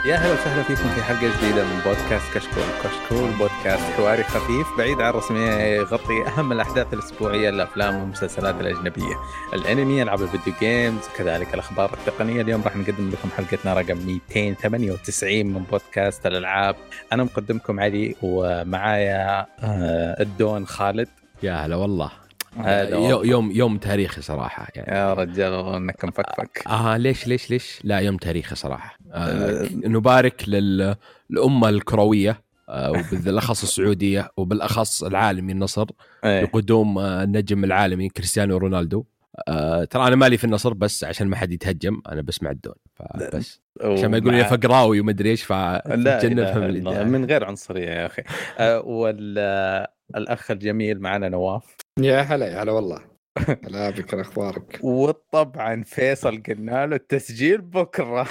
يا هلا وسهلا فيكم في حلقة جديدة من بودكاست كشكول بودكاست حواري خفيف بعيد عن الرسمية، يغطي أهم الأحداث الأسبوعية، الأفلام والمسلسلات الأجنبية، الأنمي، ألعاب الفيديو جيمز، وكذلك الأخبار التقنية. اليوم راح نقدم لكم حلقتنا رقم 298 من بودكاست الألعاب. أنا مقدمكم علي ومعايا الدون خالد. يا هلا والله. يوم تاريخي صراحة يعني. يا رجال والله انك مفكفك. ليش لا، يوم تاريخي صراحة. نبارك للأمة الكروية وبالأخص السعودية وبالأخص العالمي النصر بقدوم النجم العالمي كريستيانو رونالدو. ترى أنا مالي في النصر بس عشان ما حد يتهجم، أنا بسمع الدون فبس عشان ما يقولون يا فقراوي وما أدري إيش، لا من غير عنصرية يا أخي. والأخ الجميل معنا نواف. يا هلا والله. هلا بك، أخبارك؟ وطبعا فيصل قلنا له التسجيل بكرة.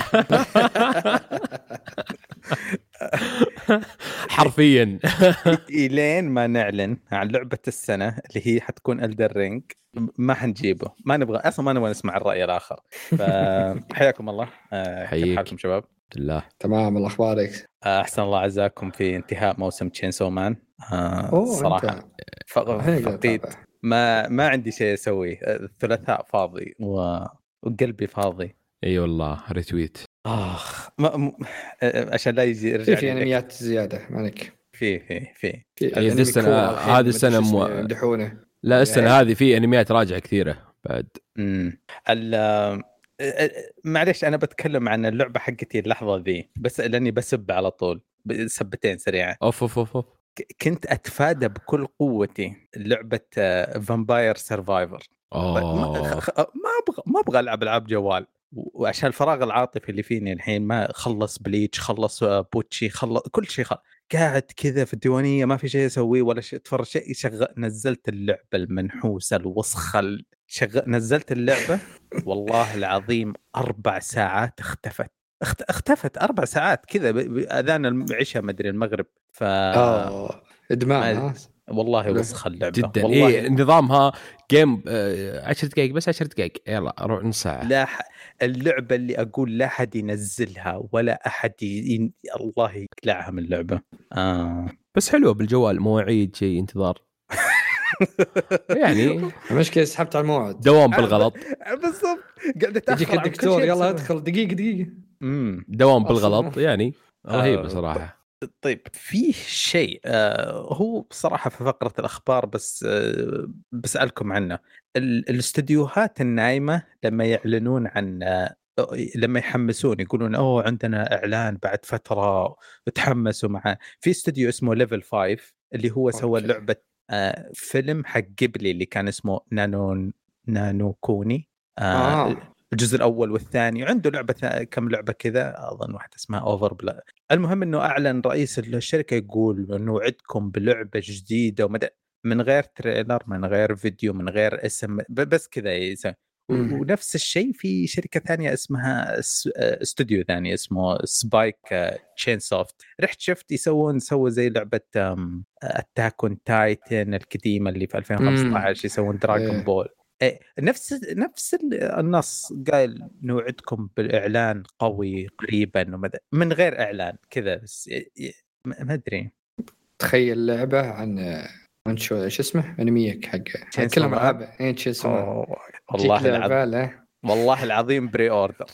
حرفيا إلين ما نعلن عن لعبة السنة اللي هي حتكون ألدر رينج ما حنجيبه، ما نبغى نسمع الرأي الآخر. فحياكم الله. كيف حالكم شباب؟ الله تمام. الله أخبارك؟ أحسن الله عزاكم في انتهاء موسم تشينسو مان. صراحة فقيد ما عندي شيء أسوي، الثلاثاء فاضي وقلبي فاضي. اي والله ريتويت. عشان لا يجي يرجع في انميات زياده مالك. في هذه السنه يمدحونه. لا السنه هذه في انميات راجعه كثيره بعد. معلش انا بتكلم عن اللعبه حقتي اللحظه ذي بس لاني بسب على طول سبتين سريعه. اوف كنت اتفادى بكل قوتي لعبه فامباير سيرفايفر. ما ابغى العب جوال، وعشان الفراغ العاطفي اللي فيني الحين ما خلص بليتش، خلص بوتشي، خلص كل شيء، قاعد كذا في الديوانيه ما في شيء اسويه ولا شيء اتفرج شيء. نزلت اللعبه المنحوسه الوسخه، نزلت اللعبه والله العظيم 4 ساعات اختفت 4 ساعات كذا بأذان العشاء مدري المغرب. ادمان والله وسخ اللعبه جدا. والله. إيه نظامها جيم 10 دقائق بس، 10 دقائق يلا روح نص ساعه. لا اللعبه اللي اقول لا احد ينزلها ولا احد الله يقلعها من اللعبه. بس حلوه بالجوال، مواعيد شيء انتظار. يعني المشكلة سحبت على الموعد، دوام بالغلط. بالضبط قاعد اتاخر. يجيك الدكتور يلا ادخل دقيقه. دوام بالغلط يعني رهيب بصراحه. طيب في شيء هو بصراحه في فقره الاخبار بس بسالكم عنه. الاستديوهات النايمه لما يعلنون عن لما يحمسون يقولون عندنا اعلان بعد فتره وتحمسوا معه. في استوديو اسمه ليفل 5 اللي هو سوى لعبه فيلم حق قبلي اللي كان اسمه نانو كوني. الجزء الأول والثاني. عنده لعبة كم لعبة كذا أظن واحدة اسمها أوفر بلا. المهم إنه أعلن رئيس الشركة يقول إنه وعدكم بلعبة جديدة من غير تريلر، من غير فيديو، من غير اسم، بس كذا ونفس الشيء في شركة ثانية اسمها استوديو ثاني اسمه سبايك تشين سوفت. رحت شفت سووا زي لعبة أتاك أون تايتن القديمة اللي في 2015 يسوون دراغون بول. نفس النص قال نوعدكم بالإعلان قوي قريبا من غير إعلان كذا بس ما أدري. تخيل لعبة عن شو اسمه انميك حق كلهم العاب ايش اسمه. والله العظيم بري اوردر.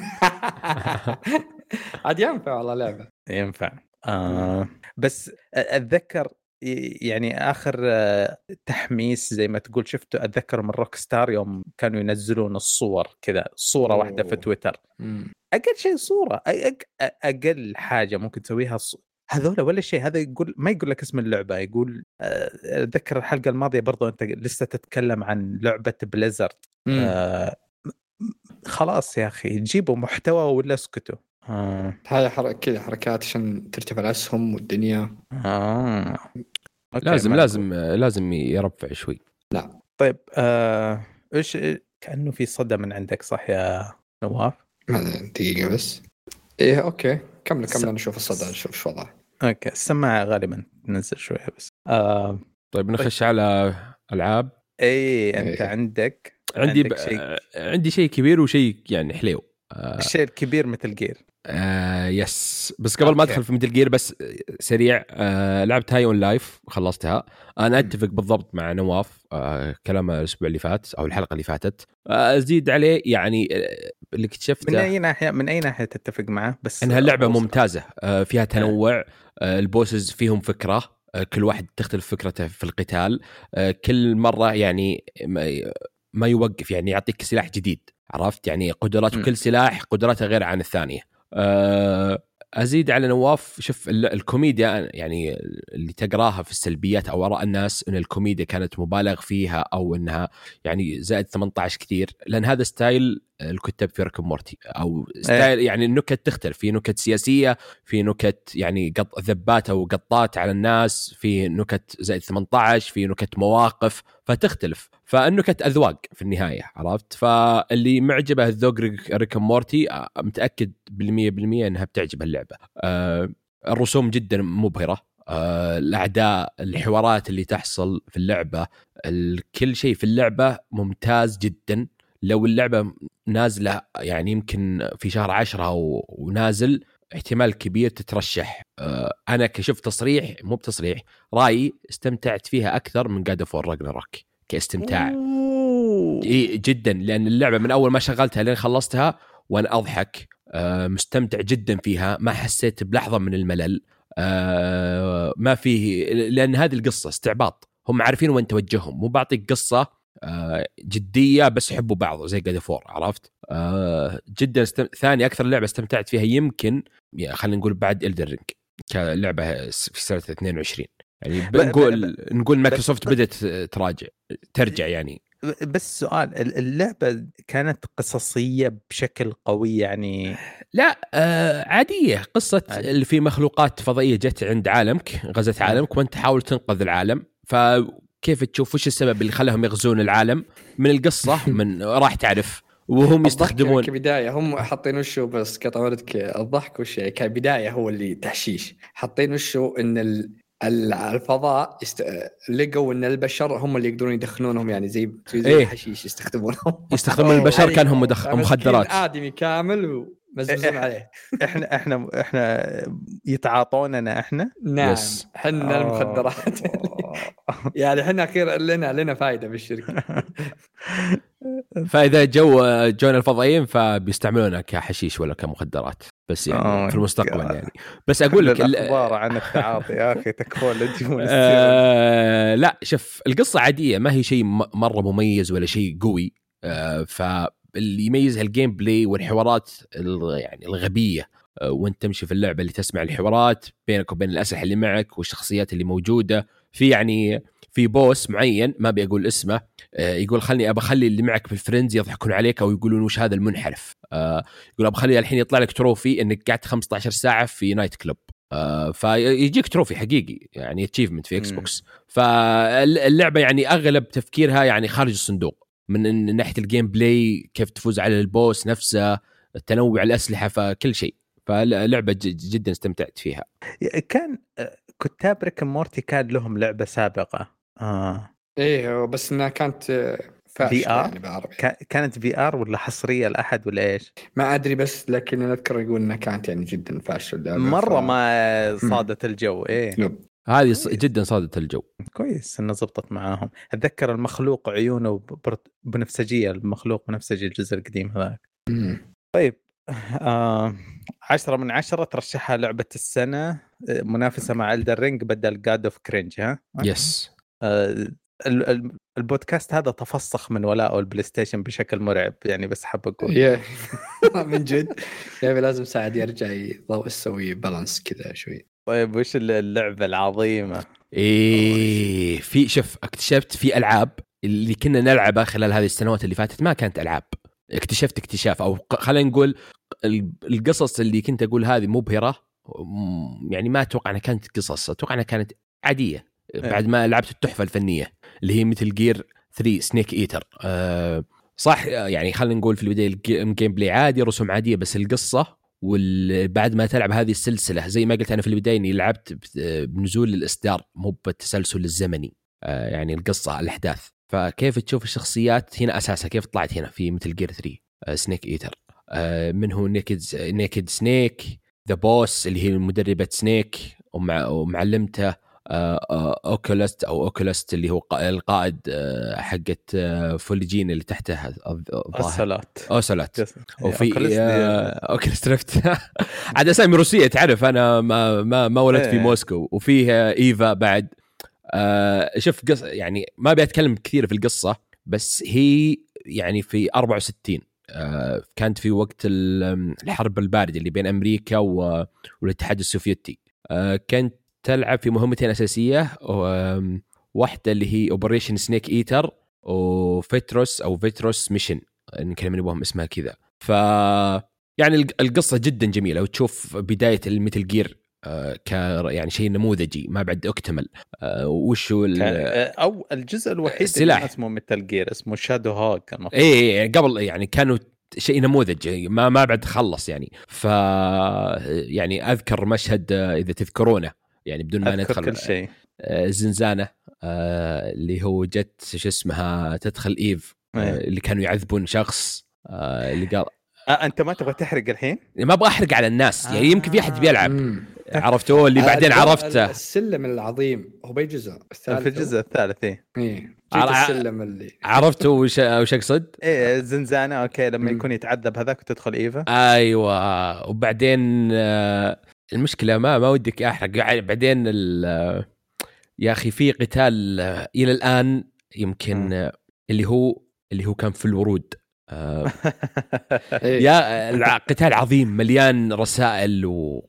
عاد ينفع والله لعبة ينفع. بس اتذكر يعني آخر تحميس زي ما تقول شفته أتذكر من روك ستار يوم كانوا ينزلون الصور كذا، صورة واحدة في تويتر. أقل شيء صورة، أقل حاجة ممكن تسويها هذولا ولا شيء. هذا ما يقول لك اسم اللعبة، يقول أتذكر الحلقة الماضية برضو أنت لسه تتكلم عن لعبة بليزرد. خلاص يا أخي جيبوا محتوى ولا اسكتوا. هاي حركات عشان ترتفع الأسهم والدنيا. لازم يرفع شوي. لا طيب ايش كأنه في صدى من عندك صح يا نواف؟ دقيقة بس. ايه اوكي كمل نشوف الصدى نشوف شو وضعه. اوكي السماعة غالبا ننزل شوية بس. طيب نخش على ألعاب. انت عندك عندي شيء كبير وشيء يعني حليو. الشيء الكبير مثل جير. يس. بس قبل ما ادخل في مثل جير بس سريع، لعبت هاي اون لايف خلصتها. انا اتفق بالضبط مع نواف كلام الاسبوع اللي فات او الحلقه اللي فاتت. ازيد عليه يعني اللي اكتشفته. من اي ناحيه تتفق معه؟ بس انها اللعبه ممتازه، فيها تنوع، البوسز فيهم فكره، كل واحد تختلف فكرته في القتال، كل مره يعني ما يوقف، يعني يعطيك سلاح جديد، عرفت يعني قدرات كل سلاح قدراته غير عن الثانيه. أزيد على نواف، شوف الكوميديا يعني اللي تقراها في السلبيات أو آراء الناس إن الكوميديا كانت مبالغ فيها أو إنها يعني زائد 18 كثير، لأن هذا ستايل الكتاب في ريك مورتي، أو ستايل يعني النكت تختلف، في نكت سياسية، في نكت يعني ذبات أو قطات على الناس، في نكت زائد 18، في نكت مواقف، فتختلف، فالنكت أذواق في النهاية، عرفت؟ فاللي معجبه الذوق ريك مورتي متأكد بالمية أنها بتعجبه اللعبة. الرسوم جدا مبهرة، الأعداء، الحوارات اللي تحصل في اللعبة، كل شيء في اللعبة ممتاز جدا. لو اللعبة نازلة يعني يمكن في شهر 10 ونازل، احتمال كبير تترشح. أنا كشفت تصريح، مو بتصريح، رأيي استمتعت فيها أكثر من God of War Ragnarok كاستمتاع. جدا، لأن اللعبة من أول ما شغلتها لين خلصتها وأنا أضحك، مستمتع جدا فيها، ما حسيت بلحظة من الملل، ما فيه، لأن هذه القصة استعباط، هم عارفين وين توجههم، مو بعطيك قصة جدية بس حبوا بعض زي God of War، عرفت؟ جدا ثاني أكثر لعبة استمتعت فيها يمكن يعني خلينا نقول بعد Elden Ring كلعبة في سنة 22. يعني نقول مايكروسوفت بدأت ترجع يعني. بس سؤال، اللعبة كانت قصصية بشكل قوي يعني؟ لا، عادية، قصة اللي في مخلوقات فضائية جت عند عالمك، غزت عالمك، وانت تحاول تنقذ العالم. فكيف تشوف وش السبب اللي خلاهم يغزون العالم؟ من القصة من راح تعرف. وهم يستخدمون كبداية، هم حاطين وشو، بس قطعتك الضحك وش كبداية، هو اللي تحشيش حاطين وشو ان الفضاء لقوا ان البشر هم اللي يقدرون يدخنونهم، يعني زي الحشيش يستخدمون البشر كانهم مخدرات، آدمي كامل ومزمزم عليه. احنا يتعاطوننا احنا. نعم، حنا المخدرات. يعني حنا اخيرا لنا فايدة بالشركة. فاذا جونا الفضائيين فبيستعملونها كحشيش ولا كمخدرات، بس يعني في المستقبل يعني. بس اقول لك الاخبار عن التعاطي يا اخي تكفون تجيبون لا شوف، القصه عاديه، ما هي شيء مره مميز ولا شيء قوي. فاللي يميز الجيم بلاي والحوارات يعني الغبيه، وانت تمشي في اللعبه اللي تسمع الحوارات بينك وبين الاسلحه اللي معك والشخصيات اللي موجوده في، يعني في بوس معين ما بيقول اسمه، يقول أخلي اللي معك في الفريندز يضحكون عليك أو يقولون وش هذا المنحرف، يقول أخلي الحين يطلع لك تروفي إنك قعدت 15 ساعة في نايت كلوب، فيجيك تروفي حقيقي يعني اتشيفمنت في اكس بوكس. فاللعبة يعني أغلب تفكيرها يعني خارج الصندوق من ناحية الجيم بلاي، كيف تفوز على البوس نفسه، تنوع الأسلحة، فكل شيء. فلعبة جدا استمتعت فيها. كان كتاب ريك مورتي كان لهم لعبة سابقة ايه، بس انها كانت فاشلة يعني بعربي. كانت في ار ولا حصرية لأحد ولا ايش؟ ما ادري، بس لكن انا اذكر يقول انها كانت يعني جدا فاشلة مرة ما صادت الجو. ايه هذه جدا صادت الجو. كويس انه زبطت معاهم. اتذكر المخلوق عيونه بنفسجية، المخلوق بنفسجي الجزء القديم هذاك. طيب 10 من 10 ترشحها لعبة السنة، منافسة مع Elden Ring بدل God of Cringe. ها يس. البودكاست هذا تفسخ من ولاء البلاي ستيشن بشكل مرعب يعني، بس حاب اقول من جد يعني لازم ساعد يرجع يسوي بالانس كذا شوي. طيب وش اللعبة العظيمة؟ ايه، في شوف اكتشفت في العاب اللي كنا نلعبها خلال هذه السنوات اللي فاتت ما كانت العاب، اكتشفت اكتشاف، او خلينا نقول القصص اللي كنت اقول هذه مبهرة يعني ما اتوقع انها كانت قصص، اتوقع انها كانت عادية بعد ما لعبت التحفة الفنية اللي هي مثل جير 3 سنيك ايتر. صح يعني خلينا نقول في البداية الجيم بلاي عادي، رسوم عادية، بس القصة بعد ما تلعب هذه السلسلة زي ما قلت أنا في البداية إني لعبت بنزول الإصدار مو بالتسلسل الزمني، يعني القصة الأحداث، فكيف تشوف الشخصيات هنا أساسها كيف طلعت هنا في مثل جير 3 سنيك إيتر. منه نيكد سنيك، ذا بوس اللي هي مدربة سنيك ومعلمته، اوكولست او اوكولست اللي هو القائد حقت فوليجين اللي تحته اوسلات وفي اوكولست ريفت عاد اسامي روسيه تعرف انا ما ولدت في موسكو. وفيه ايفا بعد. شوف يعني ما بيتكلم كثير في القصه، بس هي يعني في 64 كانت في وقت الحرب الباردة اللي بين أمريكا والاتحاد السوفيتي. كانت تلعب في مهمتين أساسية، واحدة اللي هي أوبريشن سنيك إيتر وفيتروس ميشن، نكلم نبوهم اسمها كذا. يعني القصة جدا جميلة، وتشوف بداية الميتل جير يعني شيء نموذجي ما بعد اكتمل. وشو او الجزء الوحيد اللي اسمه ميتل جير اسمه شادو هوج. ايه قبل يعني كانوا شيء نموذجي ما بعد خلص يعني. يعني اذكر مشهد اذا تذكرونه يعني بدون ما ندخل كل شيء، الزنزانة اللي هو جت شو اسمها تدخل إيف اللي كانوا يعذبون شخص اللي قال أنت ما تبغى تحرق الحين؟ ما أبغى أحرق على الناس يعني يمكن في أحد بيلعب عرفتوه اللي بعدين عرفته. السلم العظيم هو بيجزء الثالث، في الجزء الثالث إيه السلم اللي عرفته وش أقصد؟ إيه الزنزانة أوكي لما يكون يتعذب هذاك وتدخل إيفا. أيوة. وبعدين المشكلة ما ودك أحرق بعدين يا أخي في قتال إلى الآن يمكن اللي هو كان في الورود. يا قتال عظيم مليان رسائل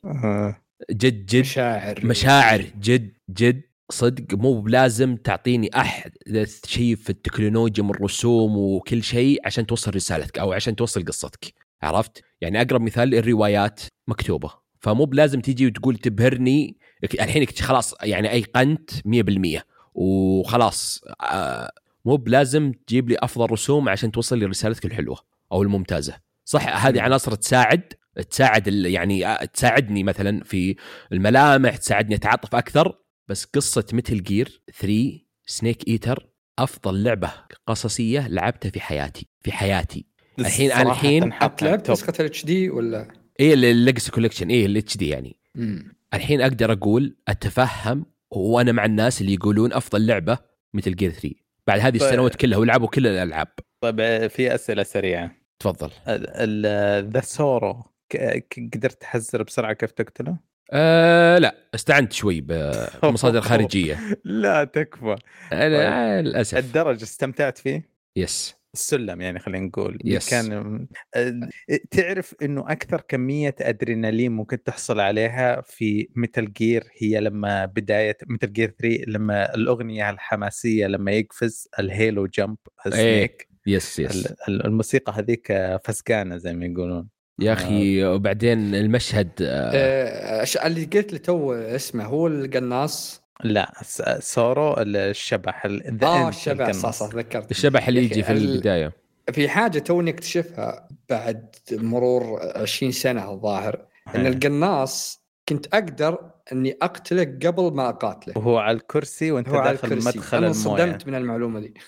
جد مشاعر جد صدق. مو بلازم تعطيني أحدث شيء في التكنولوجيا من رسوم وكل شيء عشان توصل رسالتك أو عشان توصل قصتك، عرفت يعني. أقرب مثال الروايات مكتوبة، فمو بلازم تيجي وتقول تبهرني الحين خلاص يعني أيقنت 100% وخلاص. مو بلازم تجيب لي أفضل رسوم عشان توصل لي رسالتك الحلوة أو الممتازة. صح هذه عناصر تساعد يعني تساعدني مثلا في الملامح، تساعدني أتعاطف أكثر. بس قصة ميتل جير 3 سنيك إيتر أفضل لعبة قصصية لعبتها في حياتي. الحين لعبت نسخة ال HD ولا إيه الليجاسي كوليكشن؟ إيه ال HD يعني. الحين أقدر أقول أتفهم وأنا مع الناس اللي يقولون أفضل لعبة ميتل جير 3 بعد هذه السنوات كلها ولعبوا كل الألعاب. طيب في أسئلة سريعة تفضل. ذا سورو قدرت تحذر بسرعة كيف تقتله؟ لا استعنت شوي بمصادر خارجية. لا تكفى. للأسف. الدرجة استمتعت فيه؟ يس. السلم يعني خلينا نقول يس. كان تعرف انه اكثر كمية ادرينالين ممكن تحصل عليها في ميتل جير هي لما بداية ميتل جير 3 لما الاغنية الحماسية لما يقفز الهيلو جمب سنيك. يس الموسيقى هذيك فسقانة زي ما يقولون يا أخي. وبعدين المشهد اللي قلت له تو اسمه هو القناص. لا سورو الشبح الشبح صح ذكرت الشبح اللي يجي في البداية. في حاجة توني اكتشفها بعد مرور 20 سنة الظاهر ان القناص كنت اقدر اني اقتله قبل ما اقاتله وهو على الكرسي وانت داخل مدخل المويه. انا صدمت من المعلومة دي.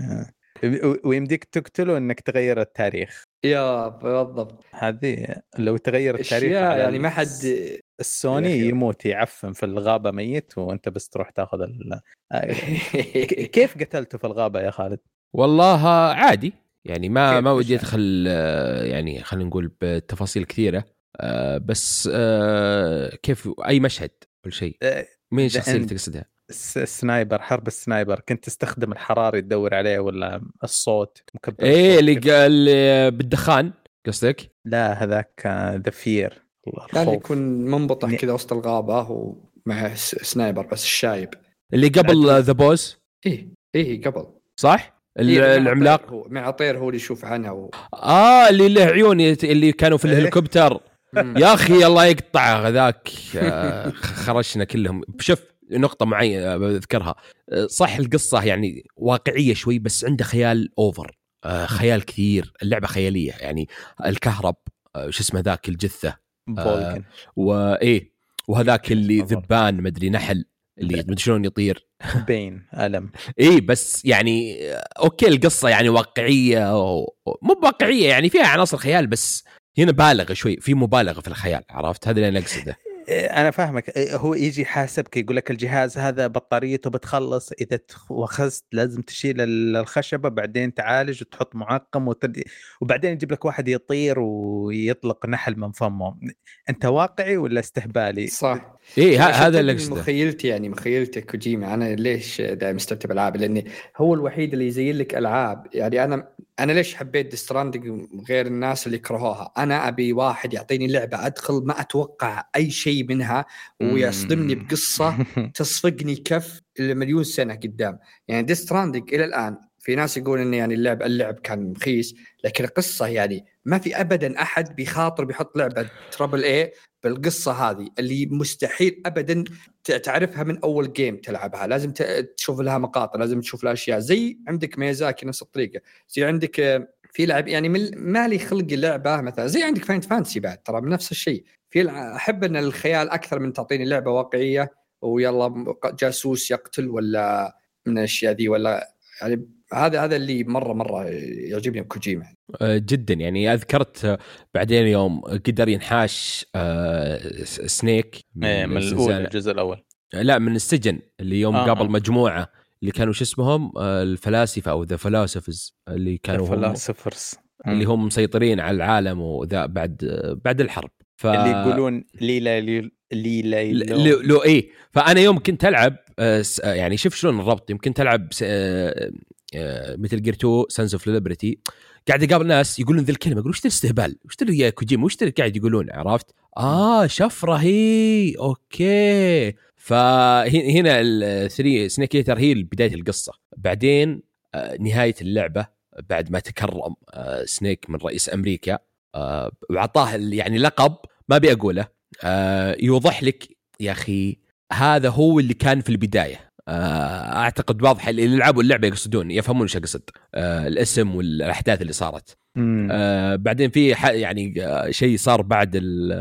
ويمديك تقتله انك تغير التاريخ. يا بالضبط. هذه لو تغير التاريخ يعني ما حد السوني يموت يعفن في الغابة ميت وانت بس تروح تاخذ كيف قتلته في الغابة يا خالد؟ والله عادي يعني ما ودي ادخل يعني خلينا نقول بتفاصيل كثيرة بس كيف اي مشهد كل شيء مين الشخصية اللي تقصدها؟ السنايبر حرب السنايبر كنت تستخدم الحراري تدور عليه ولا الصوت مكبر؟ ايه اللي قال بالدخان قصدك؟ لا هذاك ذا فير كان يكون منبطح كذا وسط الغابة ومع سنايبر بس الشايب اللي قبل ذا بوس. ايه قبل صح العملاق هو معطير هو اللي يشوف عنها اللي له عيون اللي كانوا في الهليكوبتر. يا اخي الله يقطع ذاك خرجنا كلهم. شوف نقطة معينة بذكرها صح القصة يعني واقعية شوي بس عنده خيال أوفر خيال كثير. اللعبة خيالية يعني الكهرب شو اسمه ذاك الجثة وهذاك اللي ذبان مدري نحل اللي مدري شلون يطير بين ألم. بس يعني أوكي القصة يعني واقعية مو واقعية يعني فيها عناصر خيال بس هنا بالغ شوي، في مبالغه في الخيال، عرفت؟ هذا اللي انا اقصده. انا فاهمك. هو يجي يحاسبك يقول لك الجهاز هذا بطاريته بتخلص اذا وخزت لازم تشيل الخشبه بعدين تعالج وتحط معقم وبعدين يجيب لك واحد يطير ويطلق نحل من فمه. انت واقعي ولا استهبالي؟ صح. ايه هذا اللي اقصده. مخيلتي يعني مخيلتي كوجيما، انا ليش دائما مستمتع بالالعاب؟ لاني هو الوحيد اللي يزين لك العاب. يعني انا ليش حبيت ستراندنج غير الناس اللي كرهوها؟ انا ابي واحد يعطيني لعبه ادخل ما اتوقع اي شيء منها ويصدمني بقصه تصفقني كف المليون سنه قدام. يعني ستراندنج الى الان في ناس يقول ان يعني اللعب كان رخيص، لكن القصه يعني ما في ابدا احد بيخاطر بيحط لعبه ترابل اي بالقصه هذه اللي مستحيل ابدا تعرفها من اول جيم تلعبها. لازم تشوف لها مقاطع، لازم تشوف لها اشياء. زي عندك ميازاكي نفس الطريقه، زي عندك في لعب يعني مالي خلق لعبه مثلا زي عندك فاينت فانتسي بعد ترى بنفس الشيء. في احب ان الخيال اكثر من تعطيني لعبه واقعيه ويلا جاسوس يقتل ولا من الاشياء ذي. ولا يعني هذا اللي مره يعجبني بكوجيما جدا. يعني اذكرت بعدين يوم قدر ينحاش سنيك من الجزء الاول، لا من السجن، اللي يوم قابل مجموعه اللي كانوا شو اسمهم الفلاسفه او ذا فلاسفرز اللي كانوا اللي هم مسيطرين على العالم وذا بعد الحرب. اللي يقولون لو ايه. فانا يوم كنت العب يعني شوف شلون الربط، يمكن تلعب مثل جير 2 سانز اوف ليبرتي، قاعد اقابل ناس يقولون ذي الكلمه، اقول وش الاستهبال، وش يا كوجيما، وش قاعد يقولون، عرفت؟ شفره هي اوكي. فهنا الثري سنيك ايتر هي بدايه القصه. بعدين نهايه اللعبه بعد ما تكرم سنيك من رئيس امريكا وعطاه يعني لقب ما بيقوله، يوضح لك يا اخي هذا هو اللي كان في البدايه. اعتقد واضح اللي يلعبوا اللعبه يقصدون يفهمون ايش اقصد الاسم والاحداث اللي صارت. بعدين في يعني شيء صار بعد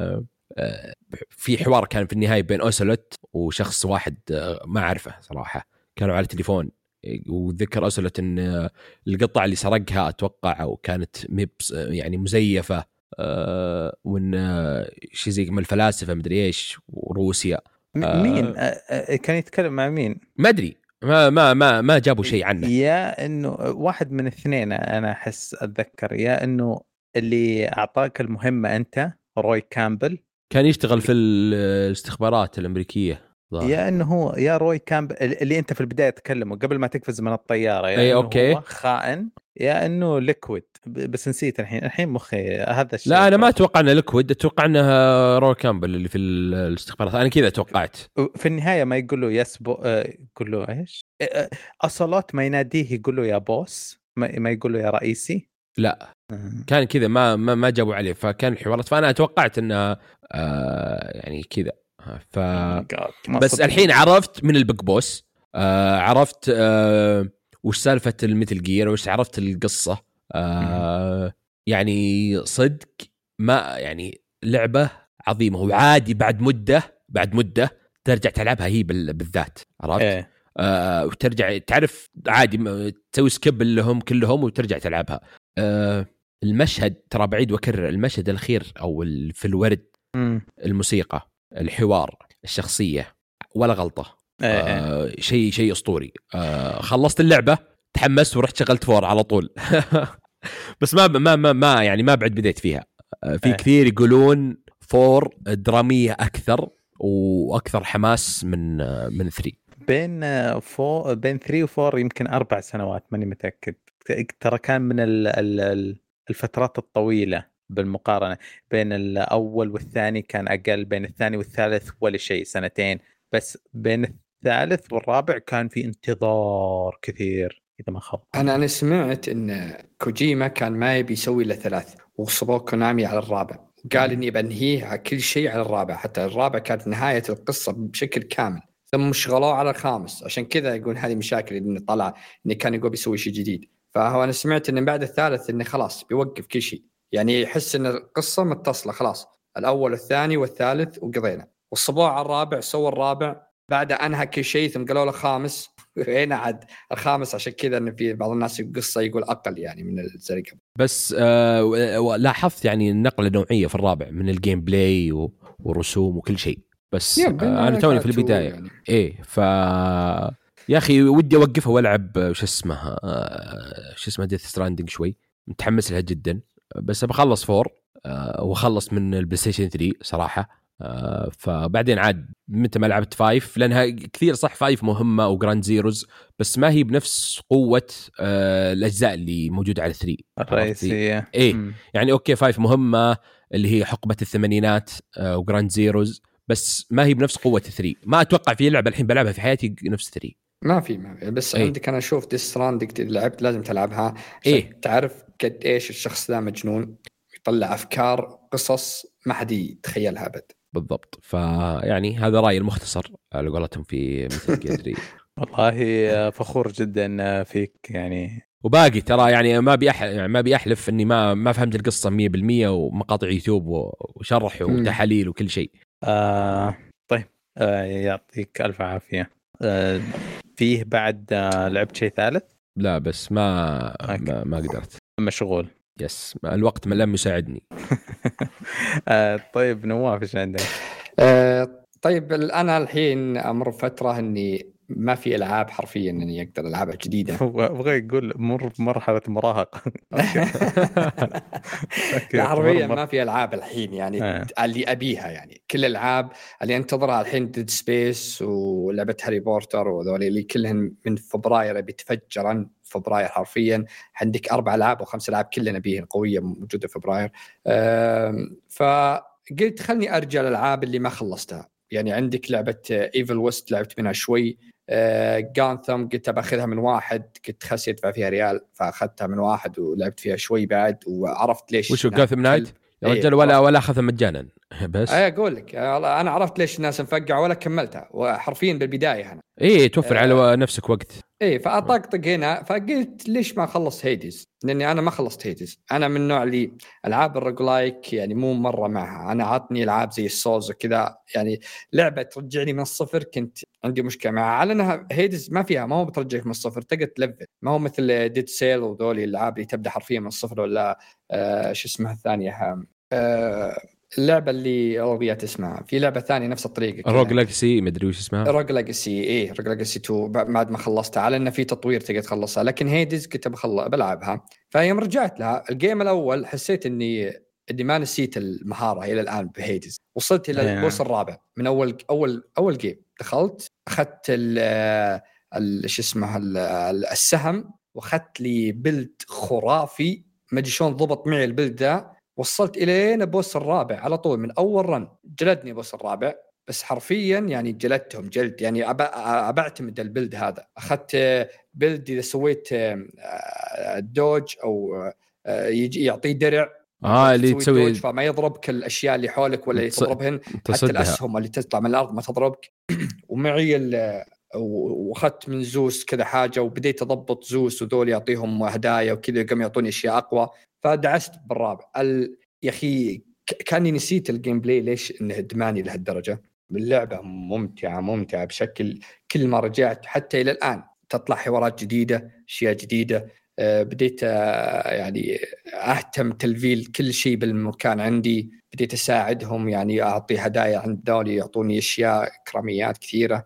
في حوار كان في النهايه بين اوسلوت وشخص واحد ما اعرفه صراحه، كانوا على التليفون، وذكر اوسلوت ان القطعه اللي سرقها اتوقع او كانت يعني مزيفه، وان شيء زي من الفلاسفه مدري ايش وروسيا. مين كان يتكلم مع مين؟ ما ادري، ما جابوا شيء عنه. يا انه واحد من الاثنين انا احس اتذكر، يا انه اللي اعطاك المهمه انت روي كامبل كان يشتغل في الاستخبارات الامريكيه ظاهر. يا انه هو يا روي كامبل اللي انت في البدايه تكلمه قبل ما تقفز من الطياره، يا اي انه اوكي هو خائن، يا انه ليكويد. بس نسيت الحين مخي هذا الشيء. لا انا ما اتوقع انه ليكويد، اتوقع انه روي كامبل اللي في الاستخبارات، انا كذا توقعت. في النهايه ما يقول له يسبو، يقول له ايش اصلات، ما يناديه يقول له يا بوس، ما يقول له يا رئيسي. لا كان كذا ما جابوا عليه، فكان الحوارات، فانا اتوقعت انه يعني كذا. بس الحين عرفت من البيج بوس، عرفت وش سالفه الميتل جير، وش عرفت القصه. يعني صدق ما يعني لعبه عظيمه، وعادي بعد مده ترجع تلعبها هي بالذات، عرفت؟ وترجع تعرف عادي تسوي سكيب لهم كلهم وترجع تلعبها. المشهد ترى بعيد وكرر، المشهد الأخير أو في الورد، الموسيقى، الحوار، الشخصية، ولا غلطة. شيء أسطوري. خلصت اللعبة تحمست ورحت شغلت فور على طول. بس ما يعني ما بعد بديت فيها. في كثير يقولون فور درامية أكثر وأكثر حماس من 3. بين 3 و4 يمكن 4 سنوات ماني متأكد. ترى كان من الفترات الطويلة بالمقارنة. بين الأول والثاني كان أقل، بين الثاني والثالث ولا شيء 2 بس بين الثالث والرابع كان في انتظار كثير إذا ما خاب. أنا سمعت إن كوجيما كان ما يبي يسوي إلا 3 وصبوا كونامي على الرابع، قال إني بنهيه كل شيء على الرابع، حتى الرابع كانت نهاية القصة بشكل كامل، ثم شغلوه على الخامس. عشان كذا يقول هذه مشاكل إنه طلع إنه كان يقول بيسوي شيء جديد. فهو أنا سمعت إن بعد الثالث إنه خلاص بيوقف كل شيء، يعني يحس إن القصة متصلة خلاص، الأول والثاني والثالث وقضينا، والصبوع على الرابع سوى الرابع بعد انهى كل شيء ثم قالوا له خامس هنا عاد الخامس، عشان كذا ان في بعض الناس القصه يقول اقل يعني من الزرقاء. بس لاحظت يعني النقله نوعيه في الرابع من الجيم بلاي والرسوم وكل شيء. بس انا توني في البدايه يعني. ايه يا اخي ودي اوقفها والعب شو اسمه ديث ستراندنج، شوي متحمس لها جدا، بس بخلص 4 وخلص من البلاي ستيشن 3 صراحه. فبعدين عاد متى ما لعبت 5 لانها كثير صح 5 مهمه وجراند زيروز، بس ما هي بنفس قوه الاجزاء اللي موجوده على 3 الرئيسيه. يعني اوكي 5 مهمه اللي هي حقبه الثمانينات وجراند زيروز، بس ما هي بنفس قوه 3. ما اتوقع في لعبه الحين بلعبها في حياتي نفس 3. ما في بس عندك انا اشوف ديث ستراندنج لعبت لازم تلعبها عشان تعرف قد ايش الشخص ذا مجنون، يطلع افكار قصص ما حد يتخيلها ابد. بالضبط. فيعني هذا رايي المختصر على قولتهم في مثل جدري. والله فخور جدا فيك يعني. وباقي ترى يعني ما بيحلف اني ما فهمت القصه 100%، ومقاطع يوتيوب وشرح وتحاليل وكل شيء. طيب يعطيك الف عافيه. فيه بعد لعبت شيء ثالث؟ لا بس ما قدرت، مشغول. يس الوقت ما لم يساعدني. طيب نواف ايش عندك؟ طيب انا الحين امر فتره اني ما في العاب حرفيا اني اقدر العبها جديده. ابغى يقول مر بمرحله مراهقه. لا حرفيا ما في العاب الحين يعني اللي ابيها، يعني كل الالعاب اللي انتظرها الحين ديد سبيس ولعبه هاري بوتر وذول اللي كلهن من فبراير بيتفجرن فبراير حرفيا. عندك 4 ألعاب و5 ألعاب كلنا بيهن قويه موجوده في فبراير. فقلت خلني ارجع الالعاب اللي ما خلصتها. يعني عندك لعبه ايفل ويست لعبت منها شوي. جانثم قلت باخذها من واحد، كنت خسي ادفع فيها ريال فاخذتها من واحد ولعبت فيها شوي بعد وعرفت ليش. وشو جانثم نايت يا رجال؟ ولا اخذها مجانا بس اقول لك انا عرفت ليش الناس مفقعه ولا كملتها، وحرفيا بالبدايه انا توفر على نفسك وقت. فاطقطق هنا، فقلت ليش ما خلصت هيدز، لاني انا ما خلصت هيدز. انا من النوع اللي العاب الروجلايك يعني مو مره معها. انا عطني العاب زي السولز وكذا، يعني لعبه ترجعني من الصفر كنت عندي مشكله معها. على انها هيدز ما فيها، ما هو بترجعك من الصفر، تقدر تلفل، ما هو مثل ديد سيل وذولي الالعاب اللي تبدا حرفيا من الصفر. ولا شو اسمها الثانيه، اللعبه اللي اغبيات اسمها، في لعبه ثانيه نفس الطريقه، روج لاجسي مدري وش اسمها، روج لاجسي. روج لاجسي 2 بعد ما خلصتها، على انه في تطوير تقدر تخلصها. لكن هيدز كنت بلعبها. فيوم رجعت لها الجيم الاول حسيت اني ما نسيت المهاره الى الان بهيدز. وصلت الى البوس الرابع من اول جيم. دخلت اخذت شو اسمه السهم، واخذت لي بيلد خرافي ما ادري شلون ضبط معي البيلد ذا. وصلت الين بوس الرابع على طول من اول رن. جلدني بوس الرابع بس حرفيا يعني جلدتهم جلد. يعني بعتمد البيلد هذا. اخذت بيلد اذا سويت الدوج او يجي يعطيه درع اللي تسوي فما يضربك الاشياء اللي حولك ولا تضربهن، حتى الاسهم اللي تطلع من الارض ما تضربك. ومعي واخذت من زوس كذا حاجه، وبديت اضبط زوس وذول يعطيهم هدايا وكذا، قام يعطوني اشياء اقوى. فدعست بالرابع. يا اخي كاني نسيت الجيم بلاي ليش انه ادماني لهالدرجه. اللعبه ممتعه بشكل. كل ما رجعت حتى الى الان تطلع حوارات جديده، اشياء جديده. بديت يعني اهتم تلفيل كل شيء بالمكان عندي. بديت اساعدهم، يعني اعطي هدايا عند دولي يعطوني اشياء كراميات كثيره.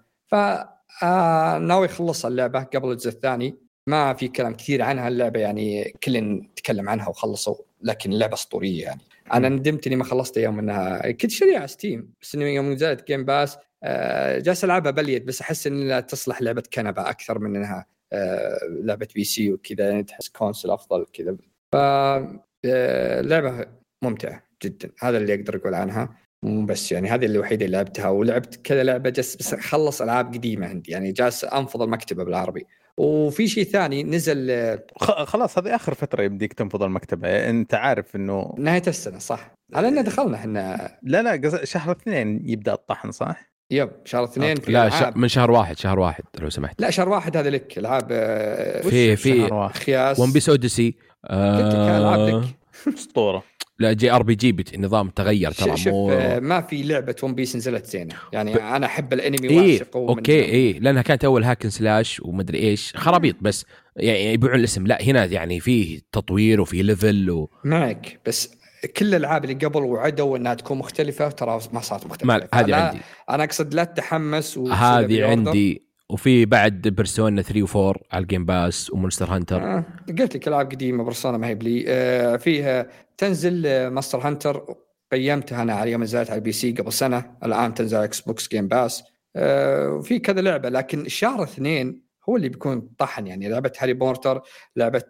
ناوي اخلص اللعبه قبل الجزء الثاني. ما في كلام كثير عنها اللعبه، يعني كل تكلم عنها وخلصوا، لكن اللعبه اسطوريه. يعني انا ندمت اني ما خلصتها يوم انها كنت شاريها على ستيم، بس اني يوم نزلت جيم باس جالس العبها باليد. بس احس انها تصلح لعبه كنبه اكثر من انها لعبه بي سي وكذا، يعني تحس كونسول افضل كذا. لعبه ممتعه جدا، هذا اللي اقدر اقول عنها. بس يعني هذه اللي الوحيده اللي لعبتها. ولعبت كذا لعبه بس خلص العاب قديمه عندي، يعني جالس انفض المكتبه بالعربي. وفي شيء ثاني نزل خلاص هذه اخر فتره يمديك تنفض المكتبه. انت عارف انه نهايه السنه صح؟ على ان دخلنا احنا لا شهر 2 يبدا الطحن صح؟ يب شهر 2 في لا من شهر واحد لو سمحت. لا شهر 1 هذا لك العاب في خياس ون بيس اوديسي العاب لك اسطوره. لا جي ار بي جي النظام تغير ترى. ما في لعبه ون بيس نزلت زينه يعني انا احب الانمي واعشقه. اوكي لانها كانت اول هاكن سلاش ومدري ايش خرابيط، بس يعني يبيعون الاسم. لا هنا يعني فيه تطوير وفيه ليفل معك، بس كل الالعاب اللي قبل وعدوا انها تكون مختلفه ترى ما صارت مختلفه. هذه عندي انا اقصد لا تتحمس هذه عندي. وفي بعد بيرسونا 3 و4 على الجيم باس ومونستر هانتر. قلت لك العاب قديمه بيرسونا ما هي بلي. فيها تنزل ماستر هانتر، قيمتها انا على يوم نزلت على البي سي قبل سنه، الان تنزل على اكس بوكس جيم باس. وفي كذا لعبه، لكن شهر 2 هو اللي بيكون طحن. يعني لعبه هاري بوتر، لعبه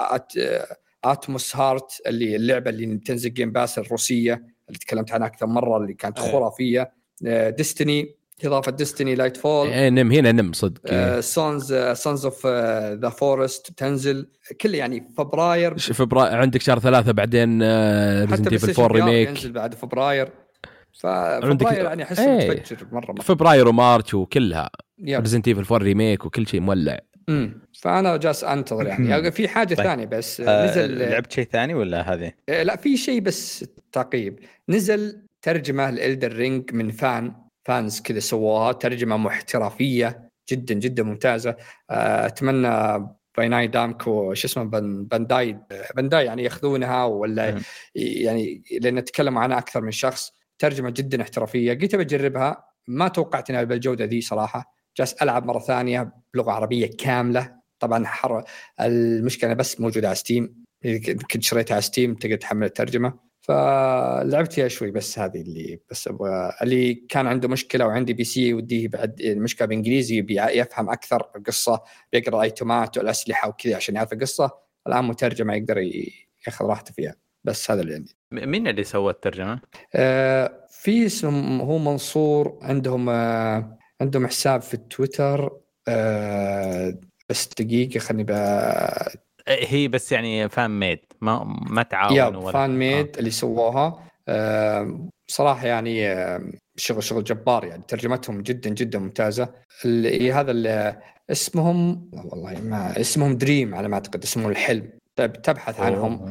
اتموس هارت اللي اللعبه اللي بتنزل جيم باس الروسيه اللي تكلمت عنها اكثر مره اللي كانت خرافيه. ديستني، إضافة ديستني لايت فول. هنا صدق. سونز اوف ذا فورست تنزل كل يعني فبراير عندك شهر 3 بعدين ريزنت ايفل 4 ريميك ينزل بعد فبراير. ففبراير يعني أحس تفجر مرة. فبراير ومارش وكلها ريزنت ايفل 4 ريميك وكل شيء مولع. فأنا جالس أنتظر يعني في حاجة ثانية بس نزل. لعبت شيء ثاني ولا هذه؟ لا في شيء بس تعقيب. نزل ترجمة لإلدر رينج من فانز كذا سووها ترجمة محترفية جدا جدا ممتازة. أتمنى بايناي دامكو شو اسمه بانداي يعني ياخذونها ولا يعني لأن نتكلم عنها أكثر من شخص. ترجمة جدا احترافية، قلت بجربها ما توقعت انها بالجودة ذي صراحة. جالس ألعب مرة ثانية بلغة عربية كاملة. طبعا المشكلة بس موجودة على ستيم، كنت شريتها على ستيم تقدر تحمل الترجمة فلعبت فيها شوي. بس هذه اللي بس اللي كان عنده مشكلة وعندي بي سي وديه بعد المشكلة بإنجليزي يفهم أكثر القصة، بيقرأ أيتمات والأسلحة وكذا عشان يعرف القصة. الآن مترجمة يقدر ياخذ راحته فيها. بس هذا اللي عندي. مين اللي سوى الترجمة؟ في اسم هو منصور، عندهم حساب في التويتر. بس دقيقة خلني هي بس يعني فان ميد ما تعاونوا ولا فان ميد اللي سووها. صراحة يعني شغل جبار يعني. ترجمتهم جدا جدا ممتازة. هذا اللي اسمهم والله ما اسمهم دريم على ما أعتقد، اسمه الحلم. تبحث عنهم.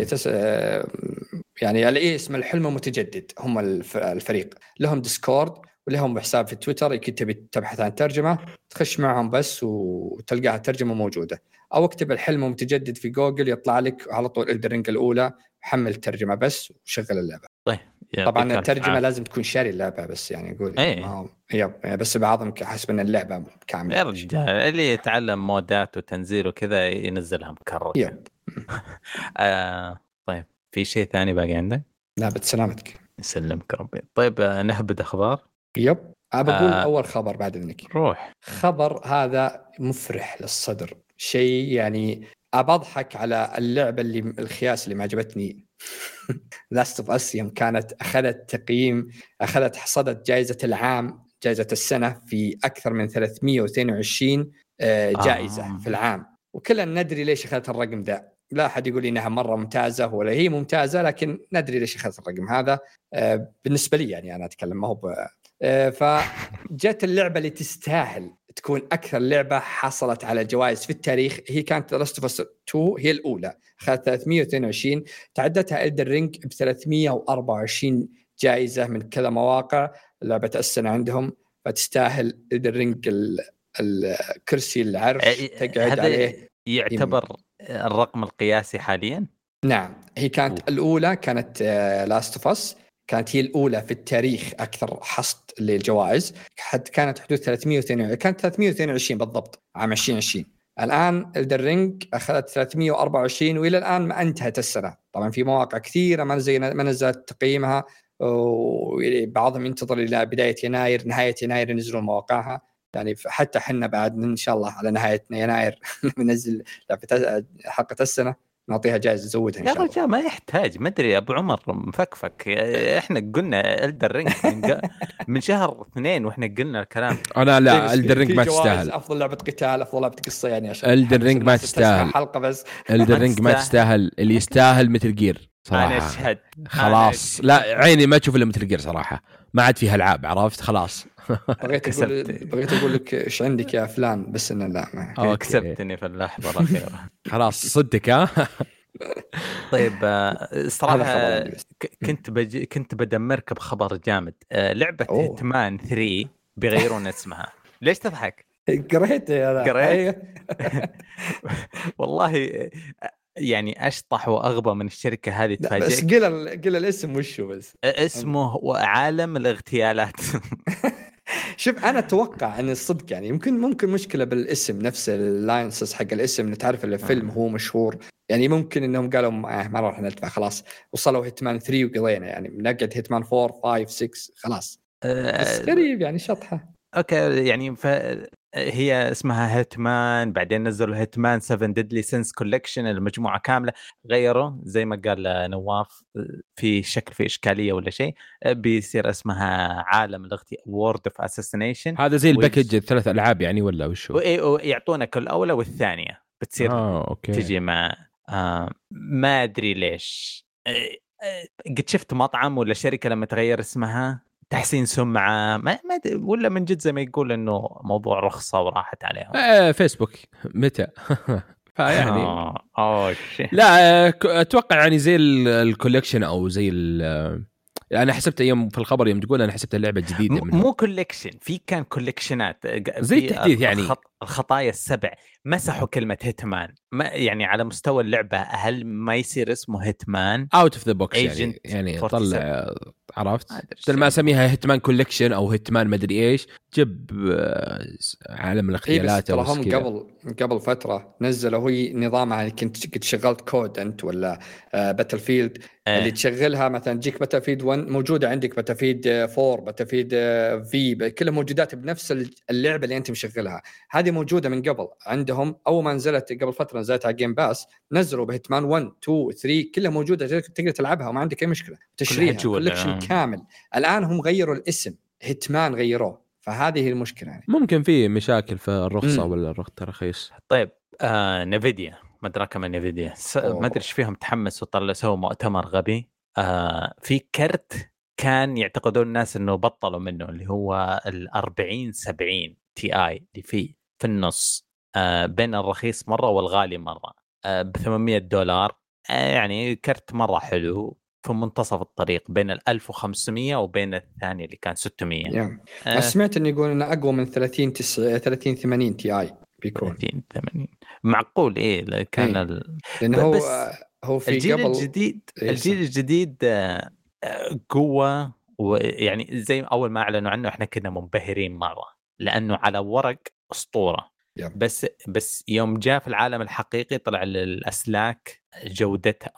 يعني الاسم الحلم المتجدد. هم الفريق لهم ديسكورد ولهم حساب في تويتر. تبي تبحث عن ترجمة تخش معهم بس وتلقاها الترجمة موجودة، أو اكتب الحلم المتجدد في جوجل يطلع لك على طول الدرينج الأولى، حمل الترجمة بس وشغل اللعبة. طيب طبعا الترجمة لازم تكون شاري اللعبة بس يعني يقول بس بعضهم حسب أن اللعبة كاملة. يا رجال اللي يتعلم مودات وتنزيل وكذا ينزلها مكرر. طيب في شيء ثاني باقي عندك؟ لا بتسلامتك. يسلمك ربي. طيب نهبد أخبار. بقول أول خبر بعد إنك روح. خبر هذا مفرح للصدر، شيء يعني أضحك على اللعبة اللي الخياس اللي ما عجبتني Last of Us يوم كانت أخذت حصدت جائزة العام، جائزة السنة في أكثر من 322 جائزة في العام. وكلنا ندري ليش أخذت الرقم ده. لا أحد يقول إنها مرة ممتازة ولا هي ممتازة، لكن ندري ليش أخذت الرقم هذا. بالنسبة لي يعني أنا أتكلم ما هو فجت اللعبة اللي تستاهل تكون أكثر لعبة حصلت على جوائز في التاريخ. هي كانت Last of Us 2 هي الأولى، أخذت 322، تعدتها Elden Ring ب 324 جائزة من كذا مواقع لعبة السنة عندهم. فتستاهل Elden Ring الكرسي العرش تقعد عليه. يعتبر الرقم القياسي حاليا. نعم هي كانت الأولى، كانت Last of Us كانت هي الأولى في التاريخ أكثر حصد للجوائز. كانت حدود 322، كانت 322 بالضبط عام 2020. الآن الدرينج أخذت 324 وإلى الآن ما انتهت السنة. طبعا في مواقع كثيرة ما نزلت تقييمها، وبعضهم ينتظر إلى بداية يناير نهاية يناير ينزلون مواقعها. يعني حتى حنا بعد إن شاء الله على نهاية يناير ننزل حلقة السنة نعطيها جائزة نزودها إن شاء الله. يا رجال ما يحتاج، ما أدري أبو عمر مفكفك. إحنا قلنا إلدر رينج من شهر 2 وإحنا قلنا الكلام. أنا لا إلدر رينج ما تستاهل. أفضل لعبة قتال، أفضل لعبة قصة يعني عشان إلدر رينج ما تستاهل حلقة بس. إلدر رينج ما تستاهل. اللي يستاهل مثل جير صراحة. أنا أشهد خلاص لا عيني ما تشوف إلا مثل جير صراحة. ما عاد فيها ألعاب عرفت خلاص. بغيت أقول لك إيش عندك يا فلان بس إنه لا ما كسبتني في اللحظة الأخيرة. خلاص صدق ها. طيب صراحه خبر كنت بدمرك بخبر جامد. لعبه هيتمان 3 بيغيرون اسمها. ليش تضحك؟ قريت يا قريت والله يعني اشطح واغبى من الشركه هذه تفاجئك. بس قل الاسم وشو بس. اسمه عالم الاغتيالات. شوف انا اتوقع ان الصدق يعني ممكن مشكله بالاسم نفس اللاينسز حق الاسم، اللي تعرف الفيلم هو مشهور يعني، ممكن انهم قالوا ما راح ندفع خلاص، وصلوا هيتمان 3 وقضينا يعني، نقعد هيتمان 4 5 6 خلاص. بس غريب يعني شطحه. اوكي يعني هي اسمها هيتمان، بعدين نزلوا هيتمان 7 ديدلي سينس كولكشن، المجموعه كامله. غيروا زي ما قال نواف في شكل في اشكاليه ولا شيء، بيصير اسمها عالم وورد اوف اساسينيشن. هذا زي الباكج الثلاث العاب يعني ولا وشو؟ ويعطونك الاولى والثانيه بتصير أوكي. تجي مع ما ادري ليش. قد شفت مطعم ولا شركه لما تغير اسمها تحسين سمعة ما ولا من جد زي ما يقول انه موضوع رخصة وراحت عليهم. فيسبوك متى فيعني شيء. لا اتوقع يعني زي الكوليكشن او زي انا حسبت يوم في الخبر يوم تقول انا حسبت اللعبه جديده مو كوليكشن، في كان كوليكشنات زي التحديث يعني الخطايا السبع مسحوا كلمه هيتمان. ما يعني على مستوى اللعبه هل ما يصير اسمه هيتمان اوت اوف ذا بوكس يعني طلع عرفت بدل ما اسميها هيتمان كوليكشن او هيتمان مدري ايش جب عالم الاغتيالات او هم قبل فتره نزلوا هي نظامها، كنت شغلت كود انت ولا باتل فيلد اللي تشغلها مثلا تجيك باتل فيلد 1 موجوده عندك، باتل فيلد 4 باتل فيلد في كلها موجودات بنفس اللعبه اللي انت مشغلها. هذه موجوده من قبل عندهم، اول ما نزلت قبل فتره نزلت على جيم باس، نزلوا بهيتمان 1 2 3 كلها موجوده تقدر تلعبها وما عندك اي مشكله تشريها كولكشن كامل. الان هم غيروا الاسم هيتمان غيروه، فهذه هي المشكله يعني. ممكن في مشاكل في الرخصه ولا الترخيص. طيب نفيديا ما ادراك من نفيديا ما ادري ايش فيهم تحمسوا وطلعوا سووا مؤتمر غبي. في كرت كان يعتقدون الناس انه بطلوا منه اللي هو ال40 70 تي اي اللي فيه في النص بين الرخيص مره والغالي مره $800. يعني كرت مره حلو في منتصف الطريق بين 1500 وبين الثاني اللي كان 600. سمعت انه يقول انه اقوى من 30 80 تي اي بيكون 30 80 معقول. ايه كان لانه هو في الجيل قبل الجديد الجيل الجديد قوة، ويعني زي اول ما اعلنوا عنه احنا كنا منبهرين مرة لانه على ورق اسطورة. بس يوم جاء في العالم الحقيقي طلع الاسلاك جودتها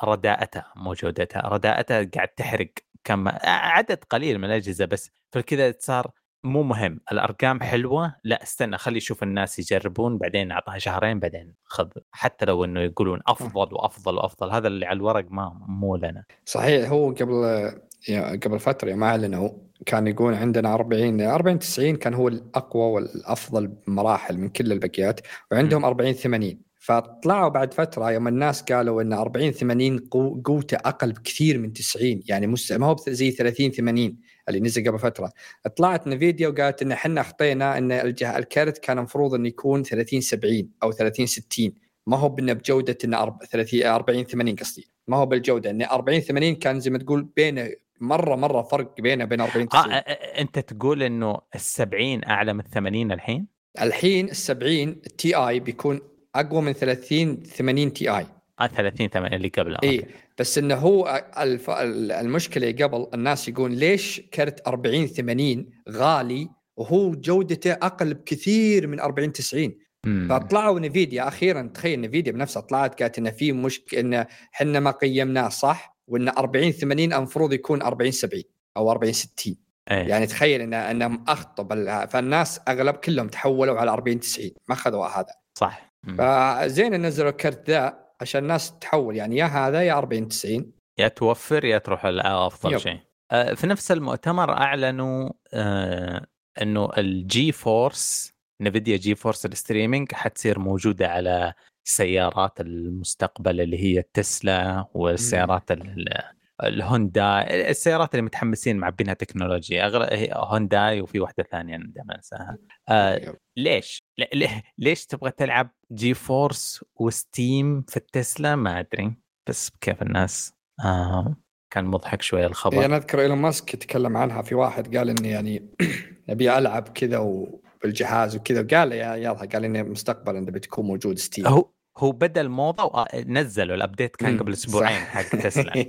رداءتها قاعد تحرق كم عدد قليل من الاجهزة بس. فكذا صار مو مهم الارقام حلوه، لا استنى خلي يشوف الناس يجربون بعدين اعطاها شهرين بعدين خذ، حتى لو انه يقولون افضل وافضل هذا اللي على الورق مو لنا. صحيح. هو قبل فتره ما اعلنوا كان يقول عندنا 40 90 كان هو الاقوى والافضل بمراحل من كل الباقيات، وعندهم 40 80. فطلعوا بعد فتره يوم الناس قالوا ان 40 80 قوته اقل بكثير من 90، يعني ما هو زي 30 80 اللي نزل قبل فتره. طلعت نفيديا وقالت ان احنا اخطينا، ان الكارت كان المفروض انه يكون 30 70 او 30 60، ما هو بجوده ان 40 80 قصدي، ما هو بالجوده ان 40 80 كان زي ما تقول بين مره فرق بينه وبين 40 90. انت تقول انه ال70 اعلى من 80 الحين ال70 تي اي بيكون اقوى من 30 80 تي اي 30 80 اللي قبله. اي بس انه هو المشكله قبل الناس يقول ليش كرت 40 80 غالي وهو جودته اقل بكثير من 40 90. فطلعوا نفيديا اخيرا، تخيل نفيديا بنفسها طلعت قالت ان في مشكله، ان احنا ما قيمناه صح، وان 40 80 المفروض يكون 40 70 او 40 60. يعني تخيل انهم اخطوا، فالناس اغلب كلهم تحولوا على 40 90 ما اخذوا هذا صح. فزين نزلوا الكرت ذا عشان الناس تحول، يعني يا هذا يا 40 90 يا توفر يا تروح افضل شيء. في نفس المؤتمر اعلنوا انه الجي فورس نفيديا جي فورس الستريمينج حتصير موجوده على سيارات المستقبل اللي هي تسلا والسيارات الهوندا، السيارات اللي متحمسين معبينها تكنولوجيا هونداي وفي واحده ثانيه انا دائما انساها. ليش تبغى تلعب جي فورس وستيم في التسلا؟ ما ادري. بس كيف الناس كان مضحك شويه الخبر. يعني اذكر ايلون ماسك يتكلم عنها في واحد قال اني يعني ابي العب كذا وبالجهاز وكذا، قال يلا قال اني مستقبلا انه بتكون موجود ستيم. هو بدا الموضه ونزلوا الابديت كان قبل اسبوعين حق تسلا.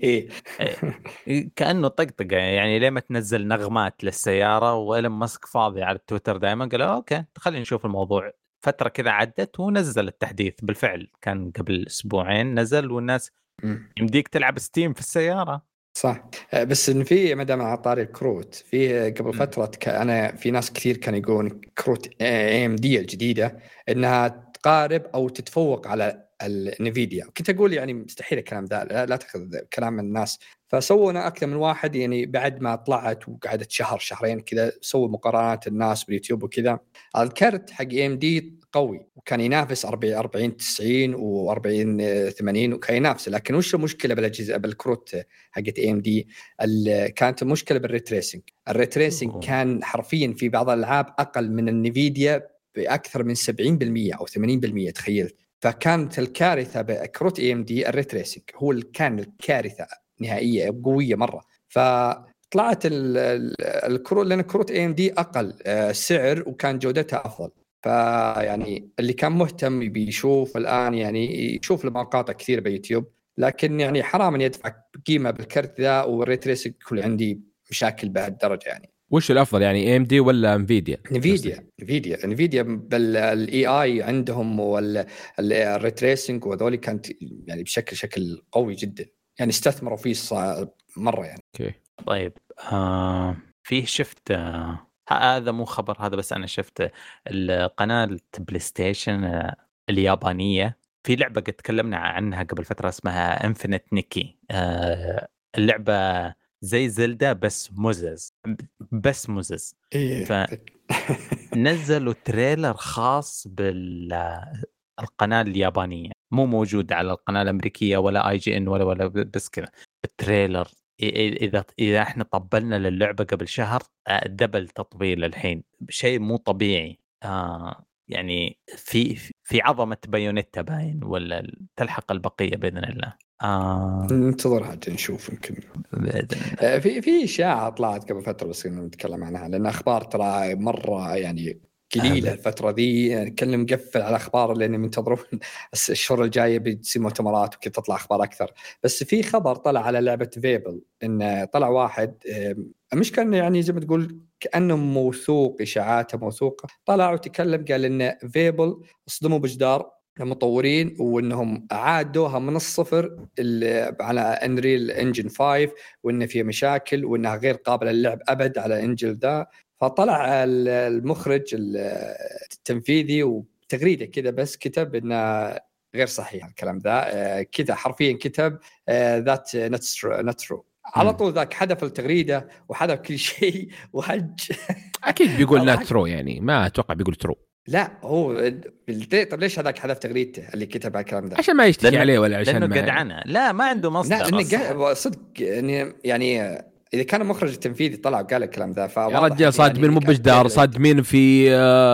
كانه طقطقه يعني ليه ما تنزل نغمات للسياره، وايلون ماسك فاضي على التويتر دائما قال اوكي خلينا نشوف الموضوع. فتره كذا عدت ونزل التحديث بالفعل، كان قبل اسبوعين نزل والناس يمديك تلعب ستيم في السياره. صح. بس ان في مدام على طاري الكروت، في قبل فتره انا في ناس كثير كانوا يقولون كروت AMD الجديده انها تقارب او تتفوق على النفيديا. كنت اقول يعني مستحيل الكلام ذا، لا تاخذ كلام الناس. فسوونا اكثر من واحد يعني بعد ما طلعت وقعدت شهر شهرين كذا، سووا مقارنات الناس باليوتيوب وكذا. الكارت حق AMD قوي وكان ينافس 40 90 و40 80 وكان ينافس. لكن وش المشكله بالاجهزه بالكروت حقت AMD؟ كانت المشكله بالريتريسنج. الريتريسنج كان حرفيا في بعض الالعاب اقل من النفيديا باكثر من 70% او 80%، تخيل. فكانت الكارثه بكروت AMD الريتريسنج هو اللي كان الكارثه نهائيه قويه مره. فطلعت الكروت لان كروت AMD اقل سعر وكان جودتها افضل. فيعني اللي كان مهتم بيشوف الآن يعني يشوف المقاطع كثير بيوتيوب، لكن يعني حرام أن يدفع قيمة بالكرت ذا والريتريسنج كل عندي مشاكل بهالدرجة. يعني وش الأفضل يعني AMD ولا انفيديا؟ انفيديا بالاي عندهم والريتريسنج وهذول كانت يعني بشكل قوي جدا، يعني استثمروا فيه مرة يعني. اوكي طيب فيه شفت هذا مو خبر هذا، بس أنا شفت القناة بلاي ستيشن اليابانية في لعبة قد تكلمنا عنها قبل فترة اسمها انفينيت نيكي. اللعبة زي زلدة بس مزز. فنزلوا تريلر خاص بالقناة اليابانية، مو موجود على القناة الأمريكية ولا IGN ولا بس كذا التريلر. إذا إحنا طبلنا للعبة قبل شهر دبل تطبيل الحين، شيء مو طبيعي. يعني في عظمة بايونيتا باين ولا تلحق البقية بإذن الله. ننتظر حتى نشوف يمكن في إشاعة طلعت قبل فترة بس نتكلم عنها، لأن أخبار ترى مرة يعني قليلة الفترة ذي. نتكلم مقفل على أخبار لأن منتظرون الشهور الجاية بتصير مؤتمرات وكذا تطلع أخبار أكثر. بس في خبر طلع على لعبة فيبل إن طلع واحد مش كان يعني زي ما تقول كأنه موثوق، إشاعاته موثوقة، طلع وتكلم قال إن فيبل اصدموا بجدار المطورين وإنهم عادوها من الصفر على أنريل إنجن 5 وإن فيها مشاكل وإنها غير قابلة للعب أبد على إنجل ذا. فطلع المخرج التنفيذي وتغريدة كذا بس كتب إنه غير صحيح الكلام ذا، كذا حرفيا كتب ذات نترو على طول. ذاك حذف التغريدة وحذف كل شيء وهج. أكيد بيقول نترو، يعني ما أتوقع بيقول ترو. لا هو طب ليش هذاك حذف تغريدته اللي كتب الكلام ذا؟ عشان ما يشتكي عليه ولا عشان لأنه قدعنا؟ لا ما عنده مصدر. لا صدق يعني إذا كان المخرج التنفيذي طلع وقال الكلام ذا يا رجال صادمين مو بجدار، صادمين في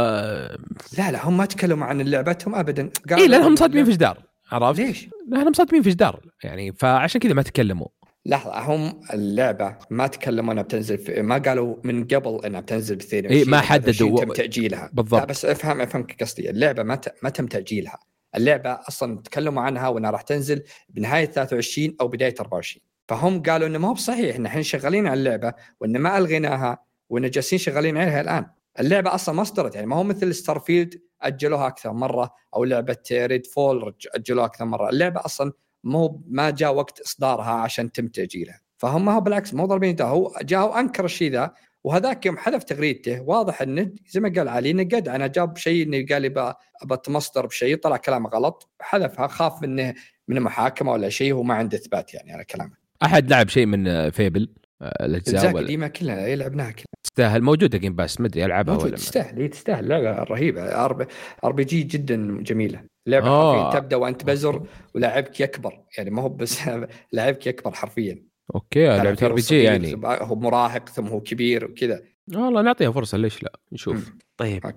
لا هم ما تكلموا عن لعبتهم أبدا. إيه لأنهم صادمين في جدار، عرفت ليش؟ لأنهم صادمين في جدار يعني، فعشان كذا ما تكلموا. لحظة، هم اللعبة ما تكلموا أنها بتنزل ما قالوا من قبل أنها بتنزل ب22. إيه ما حددوا تم تأجيلها بالضبط. لا بس افهم قصدي، اللعبة ما تم تأجيلها. اللعبة أصلا تكلموا عنها وأنها راح تنزل بنهاية 23 أو بداية 24. فهم قالوا إنه ما هو صحيح، إن إحنا شغالين على اللعبة وإن ما ألغيناها وإن جالسين شغالين عليها الآن. اللعبة أصلا ما صدرت، يعني ما هو مثل ستارفيلد أجلوها أكثر مرة أو لعبة ريد فول أجلوها أكثر مرة. اللعبة أصلا ما جاء وقت إصدارها عشان تم تأجيلها. فهم هو بالعكس مو ضاربين ده، هو جاء وأنكر الشيء ذا. وهذاك يوم حذف تغريدته واضح إنه زي ما قال علي نقد أنا جاب شيء إنه قال لي بتمصدر بشيء، طلع كلامه غلط حذفها، خاف من المحاكمة ولا شيء، هو ما عنده إثبات يعني على كلامه. أحد لعب شيء من فيبل الأجزاء القديمة كلها لعبناها كلها. تستاهل، موجودة جيم باس، مدري ألعبها ولا تستاهل لعبة رهيبة RPG جدا جميلة. لعبة حرفيا تبدأ وأنت بزر ولاعبك يكبر، يعني ما هو بس لاعبك يكبر حرفيا. اوكي لعبة RPG يعني هو مراهق ثم هو كبير وكذا. والله نعطيها فرصة ليش لا نشوف. طيب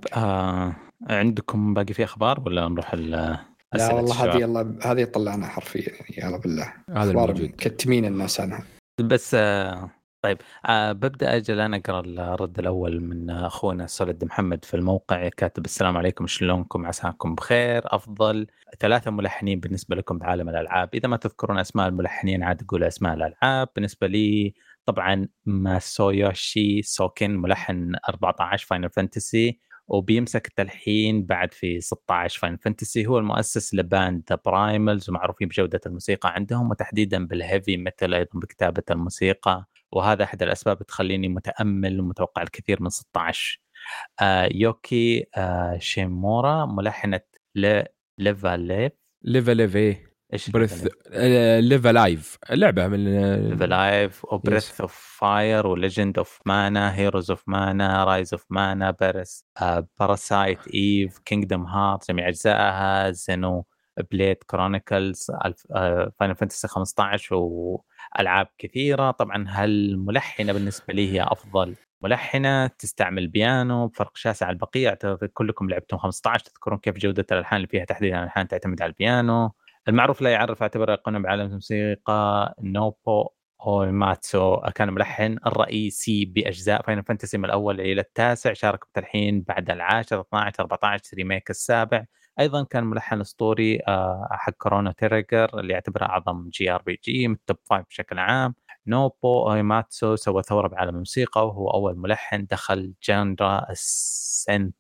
عندكم باقي في أخبار ولا نروح لا والله هذه طلعنا حرفيا يعني يلا بالله هذا الموجود كتمين الناس عنها. بس طيب ببدأ أجل أنا أقرأ الرد الأول من أخونا سولد محمد في الموقع، كاتب: السلام عليكم، شلونكم؟ عساكم بخير. أفضل 3 ملحنين بالنسبة لكم بعالم الألعاب، إذا ما تذكرون أسماء الملحنين عاد أقول أسماء الألعاب. بالنسبة لي طبعا ماسايوشي سوكين، ملحن 14 فاينل فانتسي، وبيمسك التلحين بعد في 16 فاينل فانتسي. هو المؤسس لباند ذا برايملز، ومعروفين بجودة الموسيقى عندهم، وتحديدا بالهيفي ميتال، أيضا بكتابة الموسيقى، وهذا أحد الأسباب تخليني متأمل ومتوقع الكثير من 16. يوكي شيمورا، ملحنة ليفا ايش ليفا لايف، اللعبه من ليفا لايف، وبريث اوف فاير، وليجند اوف مانا، هيروز اوف مانا، رايز اوف مانا، باراسايت ايف، كينجدم هارت جميع اجزائها، زينو بليد كرونيكلز، فاينل فانتسي 15 والعاب كثيره. طبعا هالملحنه بالنسبه لي هي افضل ملحنه تستعمل بيانو بفرق شاسع عن البقيه. اعتقد كلكم لعبتم 15 تذكرون كيف جوده الالحان اللي فيها، تحديدا الالحان تعتمد على البيانو. المعروف لا يعرف، اعتبر ايقونه بعالم الموسيقى. نوبو اويماتسو كان الملحن الرئيسي باجزاء فاينل فانتسي من الاول الى التاسع، شارك بتلحين بعد 10 12 14 ريميك السابع. ايضا كان ملحن اسطوري حق كورونا تيريجر اللي يعتبره اعظم RPG من التوب 5 بشكل عام. نوبو اويماتسو سوى ثوره بعالم الموسيقى، وهو اول ملحن دخل جانرا السنت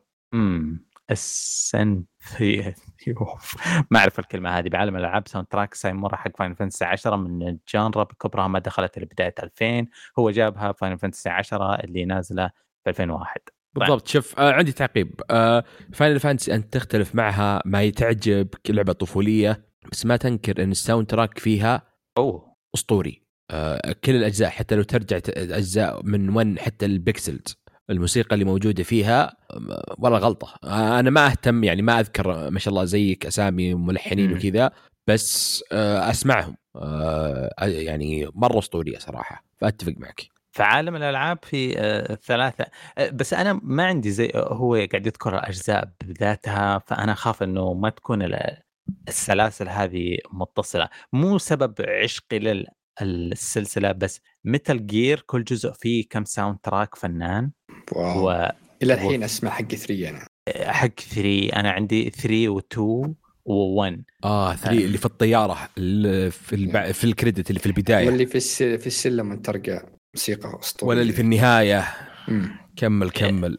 ما أعرف الكلمة هذه بعالم الألعاب. ساوند تراك سايمورا حق فاينل فانتسي 10 من الجانرا بكبرها ما دخلت لبداية 2000، هو جابها فاينل فانتسي 10 اللي نازلة في 2001 بالضبط. شوف عندي تعقيب. فاينل فانتسي أنت تختلف معها، ما يتعجبك لعبة طفولية، بس ما تنكر أن الساوند تراك فيها أسطوري. كل الأجزاء حتى لو ترجع أجزاء من 1 حتى البيكسلز، الموسيقى اللي موجودة فيها ولا غلطة. أنا ما أهتم يعني، ما أذكر ما شاء الله زيك أسامي ملحنين وكذا، بس أسمعهم يعني مرة أسطورية صراحة، فأتفق معك. في عالم الألعاب في 3 بس أنا ما عندي زي هو قاعد يذكر الأجزاء بذاتها، فأنا خاف أنه ما تكون السلاسل هذه متصلة. مو سبب عشقي للسلسلة، بس ميتال جير كل جزء فيه كم ساوند تراك فنان. إلى الحين أسمع حق 3. أنا حق 3 أنا عندي 3 و2 و1. 3 اللي في الطيارة في الكريدت اللي في البداية، واللي في السلم من ترقى موسيقى أسطورية، ولا اللي في النهاية. كمل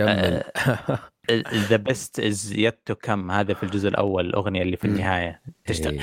The best is yet to come، هذا في الجزء الأول، الأغنية اللي في النهاية تشتغل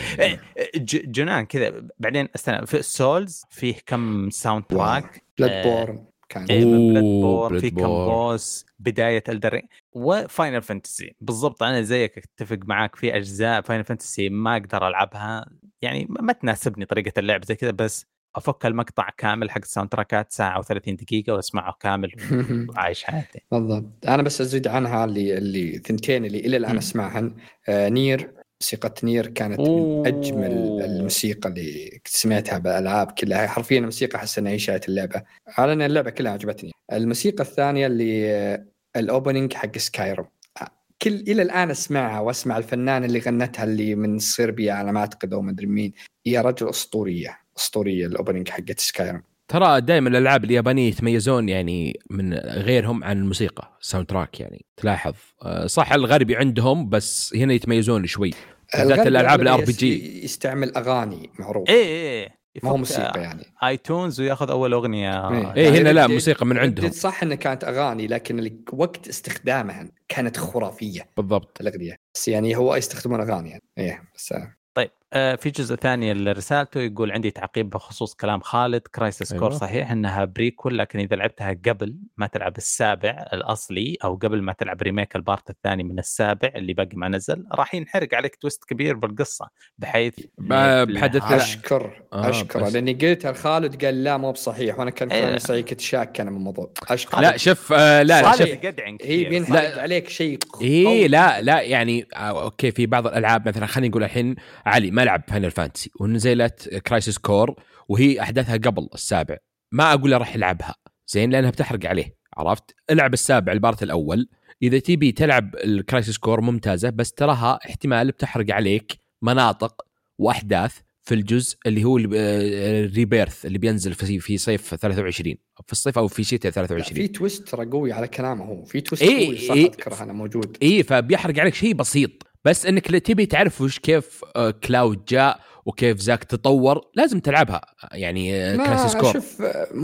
جنان كذا. بعدين استنى، في سولز فيه كم ساوند تراك، بلادبورن كان بلادبورن في كم بوس، بداية الدرين، وفاينل فانتسي بالضبط. أنا زيك أتفق معاك في أجزاء فاينل فانتسي ما أقدر ألعبها، يعني ما تناسبني طريقة اللعب زي كذا، بس أفك المقطع كامل حق الساوند تراكات ساعة و30 دقيقة واسمعه كامل وعايش حياتي. بالضبط. أنا بس أزيد عنها اللي ثنتين اللي إلى الآن أسمعهن. نير، موسيقى نير كانت من أجمل الموسيقى اللي سمعتها بالألعاب كلها، حرفيا موسيقى حسن عيشة اللعبة. على أن اللعبة كلها عجبتني. الموسيقى الثانية اللي الأوبنينج حق سكايروم، إلى الآن أسمعها، وأسمع الفنان اللي غنتها اللي من صربيا على ما أعتقد أو مدري مين، يا رجل أسطورية الأوبنينج حقت سكايروم. ترى دائما الألعاب اليابانية يتميزون يعني من غيرهم عن الموسيقى ساوند تراك، يعني تلاحظ صح الغربي عندهم بس هنا يتميزون شوي، بالذات الألعاب الRPG يستعمل أغاني معروف. ما هو موسيقى يعني ايتونز وياخذ اول اغنيه يعني هنا لا موسيقى من عندهم. صح انها كانت اغاني، لكن وقت استخدامها كانت خرافيه بالضبط الاغنيه، بس يعني هو يستخدمون اغاني يعني بس. طيب في جزء ثاني لرسالته يقول: عندي تعقيب بخصوص كلام خالد. كرايسيس كور صحيح انها بريكول، لكن اذا لعبتها قبل ما تلعب السابع الاصلي او قبل ما تلعب ريميك البارت الثاني من السابع اللي باقي ما نزل، راح ينحرق عليك تويست كبير بالقصه، بحيث بحدث اشكر لاني قلت لخالد قال لا مو بصحيح، وانا كان سعيك شاك انا من الموضوع. لا شوف لا شوف هي بينحرق عليك شيء لا يعني اوكي في بعض الالعاب مثلا خلينا نقول الحين علي ما لعب فاينل فانتسي ونزلت كرايسيس كور وهي احداثها قبل السابع، ما اقول راح يلعبها زين لانها بتحرق عليه، عرفت؟ العب السابع البارت الاول، اذا تبي تلعب الكرايسيس كور ممتازه، بس تراها احتمال بتحرق عليك مناطق واحداث في الجزء اللي هو الريبيرث اللي بينزل في صيف 23 في الصيف او في شتاء 23. في تويست ترى قوي على كلامه، هو في تويست قوي صح اذكره انا موجود. فبيحرق عليك شيء بسيط، بس انك تبي تعرف وش كيف كلاود جاء وكيف زاك تطور لازم تلعبها يعني كلاس سكور. شوف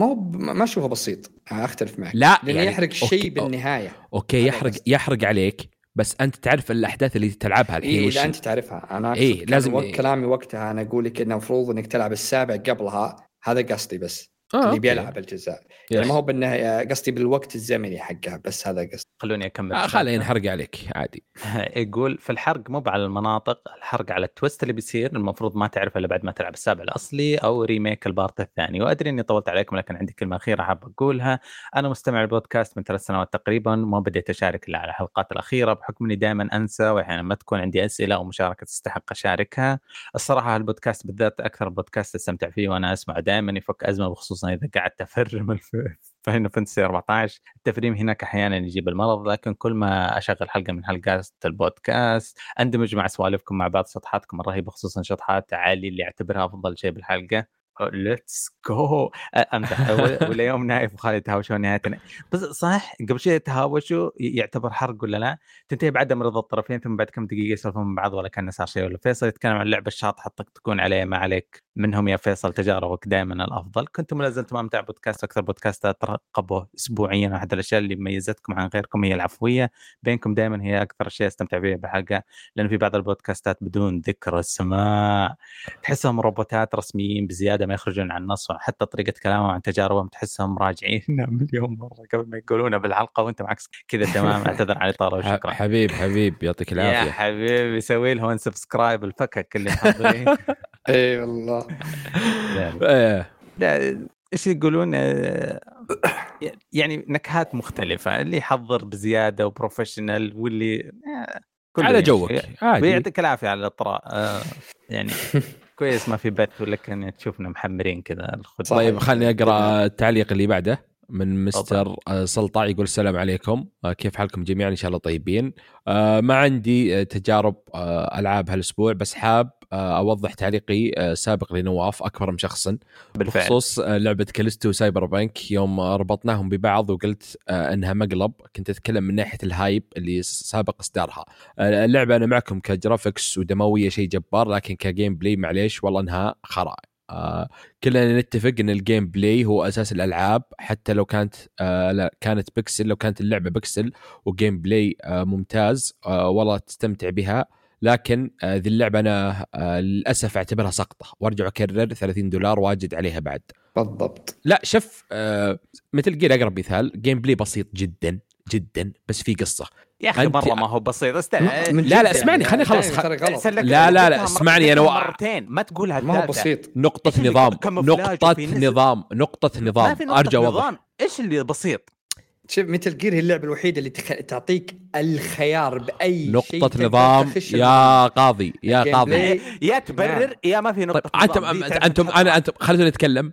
ما اشوفه بسيط، اختلف معك. لا يعني يحرق شيء بالنهايه. اوكي يحرق عليك، بس انت تعرف الاحداث اللي تلعبها الحين اذا انت تعرفها. انا لازم كلامي وقتها انا اقول لك انه المفروض انك تلعب السابع قبلها، هذا قصدي. بس اللي بيلعب الجزاء يعني ما هو بالنهايه قصدي بالوقت الزمني حقها، بس هذا قصدي. خلوني اكمل. خلينا نحرق عليك عادي. يقول في الحرق مو على المناطق، الحرق على التويست اللي بيصير المفروض ما تعرفه الا بعد ما تلعب السابع الاصلي او ريميك البارت الثاني. وادري اني طولت عليكم، لكن عندي كلمه اخيره حاب اقولها. انا مستمع البودكاست من 3 سنوات تقريبا، ما بديت اشارك الا على الحلقات الاخيره بحكم اني دائما انسى، واحيانا ما تكون عندي اسئله او مشاركه تستحق اشاركها. الصراحه البودكاست بالذات اكثر بودكاست استمتع فيه وانا اسمع، دائما يفك ازمه، وخصوصا اذا قعدت افرم فهنا فانتسي 14. التفريم هناك احيانا يجيب المرض، لكن كل ما اشغل حلقه من حلقات البودكاست اندمج مع سوالفكم مع بعض، شطحاتكم الرهيبه خصوصا شطحات علي اللي اعتبرها افضل شيء بالحلقه. ليتس جو امدح. ولا يوم نايف وخالد تهاوشوا نهايتنا، بس صح قبل شيء تهاوشوا يعتبر حرق ولا لا؟ تنتهي بعدم رضا الطرفين، ثم بعد كم دقيقه يسولفون مع بعض ولا كان صار شيء. ولا فيصل يتكلم عن اللعبه الشاطحه تكون عليه ما عليك منهم يا فيصل، تجاربك دائما الافضل. كنتم لا زلتم ممتع بودكاست، اكثر بودكاستات ترقبوا اسبوعيا. واحد الاشياء اللي ميزتكم عن غيركم هي العفويه بينكم، دائما هي اكثر شيء استمتع فيه بحلقه، لان في بعض البودكاستات بدون ذكر السماء تحسهم روبوتات رسميين بزياده، ما يخرجون عن النص، وحتى طريقه كلامهم عن تجاربهم تحسهم راجعين مليون مره قبل ما يقولونها بالحلقه، وانت معكس كذا تمام. اعتذر على طارة وشكرا. حبيب يعطيك العافيه يا حبيبي، سوي لهم سبسكرايب الفكك اللي محضرين. اي والله. لا ايش يقولون، يعني نكهات مختلفه، اللي يحضر بزياده وبروفيشنال، واللي على جوك عادي. ويعطيك العافيه على الاطراء يعني كويس ما في بث، ولكن تشوفنا محمرين كذا. طيب خليني اقرا التعليق اللي بعده من مستر سلطع. يقول السلام عليكم، كيف حالكم جميعا؟ ان شاء الله طيبين. ما عندي تجارب العاب هالاسبوع، بس حاب اوضح تعليقي سابق لنواف اكبر من شخصا بخصوص لعبه كاليستو وسايبر بانك. يوم ربطناهم ببعض وقلت انها مقلب، كنت اتكلم من ناحيه الهايب اللي سابق اصدارها. اللعبه انا معكم كجرافيكس ودمويه شيء جبار، لكن كجيم بلاي معليش والله انها خرا. كلنا نتفق ان الجيم بلاي هو اساس الالعاب، حتى لو كانت كانت بيكسل، لو كانت اللعبه بيكسل وجيم بلاي ممتاز والله تستمتع بها. لكن ذي اللعبه انا للاسف اعتبرها سقطه، وارجع اكرر $30 واجد عليها بعد. بالضبط. لا شوف مثل جير اقرب مثال، جيم بلاي بسيط جدا جدا بس في قصه يا اخي مره ما هو بسيط. لا اسمعني خليني اخلص. لا اسمعني انا مرتين ما تقولها ما هو بسيط. نقطه نظام ارجع اوضح ايش اللي بسيط. شوف مثل جير هي اللعبه الوحيده اللي تعطيك الخيار باي شيء. نقطه نظام يا قاضي يا تبرر يا ما في نقطه طيب انتم خلينا نتكلم.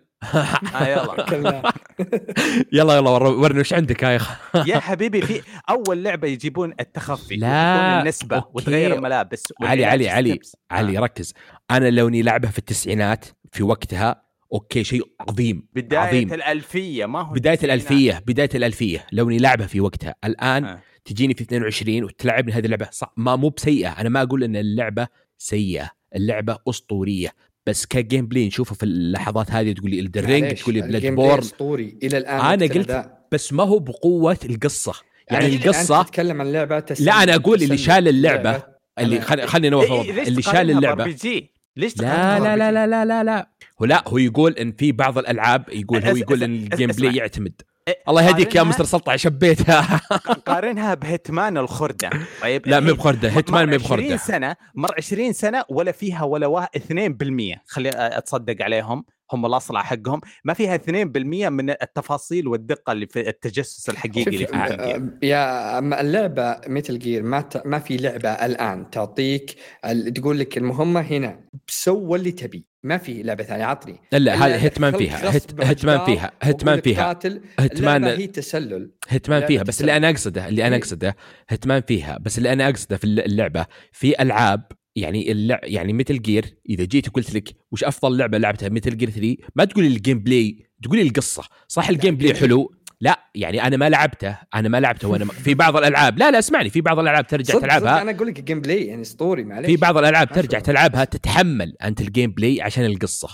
يلا ورنا وش عندك يا حبيبي. في اول لعبه يجيبون التخفي وتكون النسبه وتغير الملابس. علي ركز. انا لو اني لعبها في التسعينات في وقتها اوكي شيء عظيم. بدايه الالفيه ما هو بدايه الالفيه لو اني لعبها في وقتها. الان تجيني في 22 وتلعبني هذه اللعبه صح، ما مو بسيئه. انا ما اقول ان اللعبه سيئه، اللعبه اسطوريه، بس كجيم بلاي نشوفه في اللحظات هذه تقول لي الدرينج، تقول لي بلاد بورن اسطوري الى الان. انا قلت بس ما هو بقوه القصه. يعني القصه تتكلم عن لعبه لا انا اقول اللي شال اللعبه اللي خليني نوضح اللي شال اللعبه. ليش لا هو يقول ان في بعض الالعاب يقول ان الجيم بلاي يعتمد. الله يهديك يا مستر سلطع شبيتها. قارنها بهتمان الخردة. طيب لا مو بخردة، هتمان مو بخردة. 20 سنة ولا فيها ولا 2%. خلي اتصدق عليهم، هم الاصلع حقهم ما فيها 2% من التفاصيل والدقة اللي في التجسس الحقيقي اللي في الجيم. يا اللعبة مثل جير ما في لعبة الآن تعطيك تقول لك المهمة هنا سوى اللي تبي. ما في لعبة ثانية عطني. لا هذا هتمان فيها هتمان هي تسلل هتمان فيها. بس اللي أنا أقصده هتمان فيها. بس اللي أنا أقصده في اللعبة في ألعاب يعني يعني ميتل جير اذا جيت وقلت لك وش افضل لعبه لعبتها ميتل جير 3 ما تقولي الجيم بلاي تقولي القصه صح. الجيم بلاي حلو لا يعني انا ما لعبته وانا في بعض الالعاب لا اسمعني في بعض الالعاب ترجع تلعبها انا اقول لك الجيم بلاي يعني اسطوري معليش في بعض الالعاب ترجع تلعبها تتحمل انت الجيم بلاي عشان القصه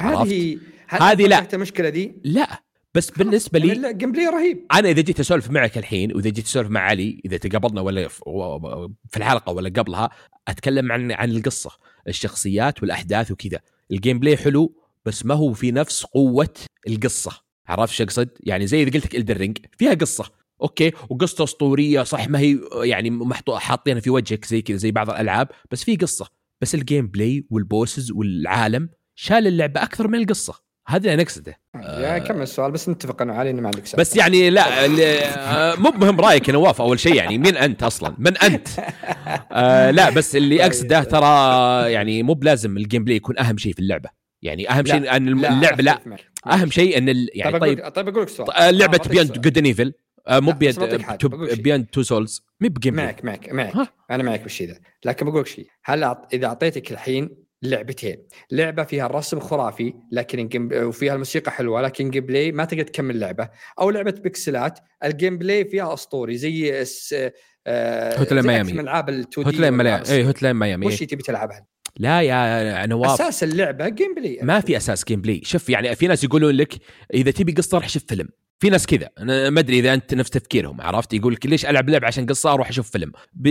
هذه لا المشكله دي لا بس بالنسبه لي الجيم بلاي رهيب. انا اذا جيت اسولف معك الحين واذا جيت اسولف مع علي اذا تقابلنا ولا في الحلقه ولا قبلها اتكلم عن القصه الشخصيات والاحداث وكذا. الجيم بلاي حلو بس ما هو في نفس قوه القصه. عرفت شو اقصد؟ يعني زي اذا قلت لك إلدر رينج فيها قصه اوكي وقصه اسطوريه صح ما هي يعني محطوطه حاطينها في وجهك زي كذا زي بعض الالعاب بس في قصه. بس الجيم بلاي والبوسز والعالم شال اللعبه اكثر من القصه. هذا اللي نقصده. يا كمل السؤال بس نتفق انا علي انه ما عندك سؤال بس يعني لا مو مهم رايك يا نواف اول شيء يعني مين انت اصلا من انت لا بس اللي اقصده ترى يعني مو بلازم الجيم بلاي يكون اهم شيء في اللعبه. يعني اهم شيء ان اللعبه لا اهم شيء ان يعني طيب اقول لك سؤال لعبه بياند جود اند ايفل مو بياند تو سولز مو بجيم معك انا معك بالشيء ذا لكن بقول لك شيء هل اذا اعطيتك الحين لعبتين لعبه فيها الرسم خرافي لكن وفيها الموسيقى حلوه لكن جيم بلاي ما تقدر تكمل لعبه او لعبه بيكسلات الجيم بلاي فيها اسطوري زي هوتلاين ميامي من العاب ال2 دي هوتلاين ميامي وش تبي تلعبها لا يا نواف اساس اللعبه جيم بلاي ما في اساس جيم بلاي. شوف يعني في ناس يقولون لك اذا تبي قصه روح شوف فيلم. في ناس كذا انا ما ادري اذا انت نفس تفكيرهم عرفت يقول لك ليش العب لعبه عشان قصه اروح اشوف فيلم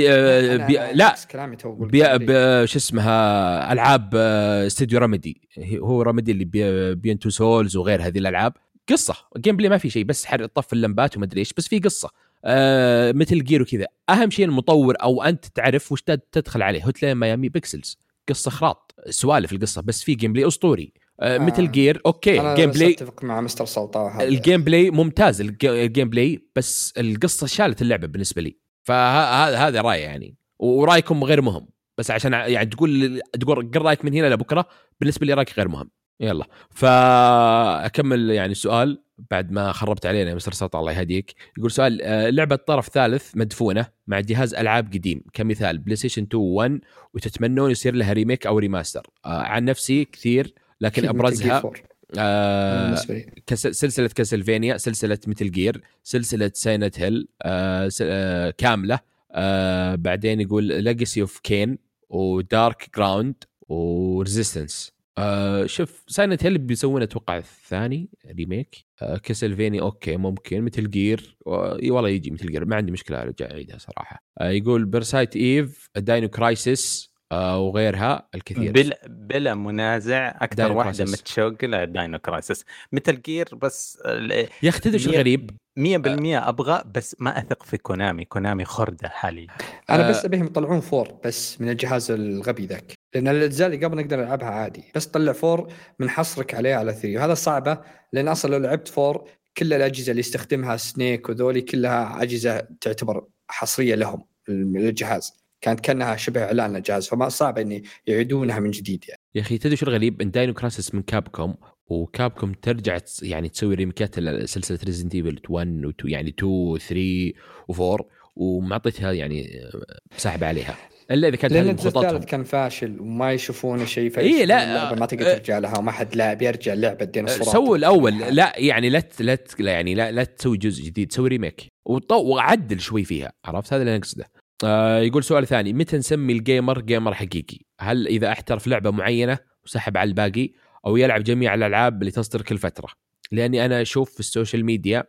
لا شو اسمها العاب استوديو رمدي هو رمدي اللي بين تو سولز وغير هذه الالعاب قصه جيم بلاي ما في شيء بس طف اللمبات وما ادري ايش بس في قصه مثل جير وكذا. اهم شيء المطور او انت تعرف وش تدخل عليه. هوتلاين ميامي بيكسلز قصه خراط سوالف القصه بس في جيم بلاي اسطوري مثل جير اوكي جيم بلاي اتفق مع مستر سلطان الجيم بلاي ممتاز الجيم بلاي بس القصه شالت اللعبه بالنسبه لي. فهذا رايي يعني ورايكم غير مهم بس عشان يعني تقول رايك من هنا لبكره بالنسبه لي رايك غير مهم. يلا فاكمل يعني السؤال بعد ما خربت علينا يا مستر سلطان الله يهديك. يقول سؤال لعبه طرف ثالث مدفونه مع جهاز العاب قديم كمثال بلاي ستيشن 2 1 وتتمنون يصير لها ريميك او ريماستر. عن نفسي كثير لكن ابرزها سلسله كاسلفينيا سلسله ميتل جير سلسله ساينت هيل كامله بعدين يقول ليجاسي اوف كين ودارك جراوند وريزيستنس. شوف ساينت هيل بيسوون اتوقع الثاني ريميك. كاسلفينيا اوكي ممكن ميتل جير والله يجي ميتل جير ما عندي مشكله ارجع اعيدها صراحه. يقول برسايت ايف داينو كرايسيس وغيرها الكثير بلا منازع اكثر واحده متشوق لها داينو كرايسيس. مثل جير بس يا اخي تدري شو الغريب 100% ابغى بس ما اثق في كونامي خرده حاليا. انا بس ابيهم يطلعون 4 بس من الجهاز الغبي ذاك لان الاجزاء اللي قبل نقدر نلعبها عادي بس طلع 4 من حصرك عليه على 3 وهذا صعبه لان اصلا لو لعبت 4 كل الاجهزه اللي يستخدمها سنيك وذولي كلها اجهزه تعتبر حصريه لهم الجهاز كانت كأنها شبه إعلان للجهاز فما صعب إني يعيدونها من جديد يعني. يا أخي تدري شو الغريب إن داينو كرايسيس من كابكوم وكابكوم ترجع يعني تسوي ريميكات لسلسلة ريزيدنت ايفل 1 و 2 يعني 2 و 3 و 4 ومعطيتها يعني سحب عليها الا اذا كانت لان الثالث كان فاشل وما يشوفون شيء إيه لا ما تقدر ترجع لها وما حد لاعب يرجع لعبه الديناصورات. سووا الاول لا يعني لا تسوي جزء جديد سوي ريميك وعدل شوي فيها عرفت هذا اللي نقصده. يقول سؤال ثاني متى نسمي الجيمر جيمر حقيقي؟ هل إذا احترف لعبة معينة وسحب على الباقي أو يلعب جميع الألعاب اللي تصدر كل فترة؟ لأني أنا أشوف في السوشيال ميديا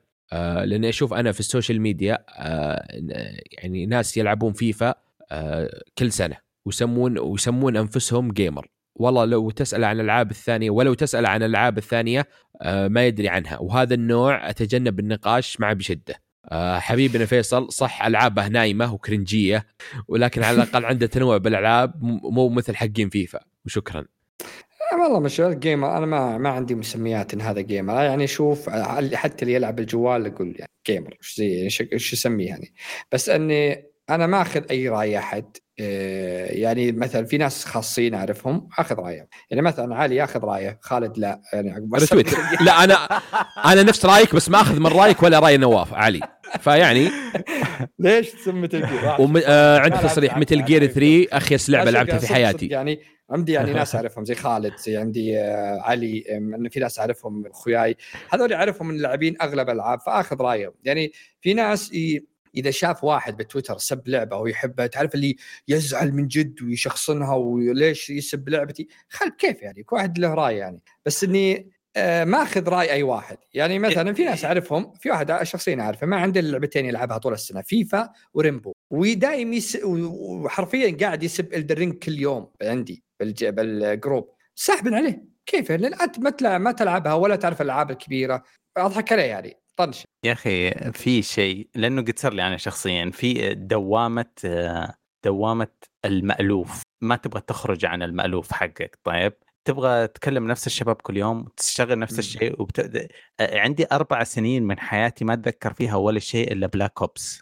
يعني ناس يلعبون فيفا كل سنة ويسمون أنفسهم جيمر. والله لو تسأل عن الألعاب الثانية ولو تسأل عن الألعاب الثانية ما يدري عنها وهذا النوع أتجنب النقاش معه بشدة. حبيبنا فيصل صح ألعابه نايمة وكرنجية ولكن على الأقل عنده تنوع بالألعاب مو مثل حقين فيفا. وشكرا. والله مش جيمر أنا ما عندي مسميات إن هذا جيمر يعني شوف حتى اللي يلعب الجوال يقول يعني جيمر إيش يسميه يعني بس أني أنا ما أخذ أي رأي أحد يعني مثلا في ناس خاصين أعرفهم أخذ رأيه يعني مثلا علي أخذ رأيه خالد لا يعني لا أنا نفس رأيك بس ما أخذ من رأيك ولا رأي نواف علي فيعني ليش تسمى متل جير؟ عندي تصريح متل جير 3 اخيس لعبه لعبتها في حياتي. يعني عندي يعني ناس اعرفهم زي خالد، زي عندي علي، انه في ناس اعرفهم اخوياي هذول اعرفهم من اللاعبين اغلب العاب، فاخذ رايهم. يعني في ناس اذا شاف واحد بتويتر سب لعبه ويحبها، تعرف اللي يزعل من جد ويشخصنها وليش يسب لعبتي، خل كيف يعني كل واحد له راي يعني. بس اني ما اخذ راي اي واحد. يعني مثلا في ناس اعرفهم، في واحد شخصيا اعرفه ما عنده لعبتين يلعبها طول السنه، فيفا وريمبو، ودايم وحرفيا قاعد يسب الدرينج كل يوم عندي بالجروب، ساحب عليه. كيف لان انت ما تلعبها ولا تعرف الالعاب الكبيره، اضحك عليه يعني طنش. يا اخي في شيء، لانه قد صار لي انا شخصيا في دوامه المألوف، ما تبغى تخرج عن المألوف حقك. طيب تبغى تكلم نفس الشباب كل يوم وتشتغل نفس الشيء عندي 4 سنين من حياتي ما اتذكر فيها ولا شيء الا بلاك اوبس.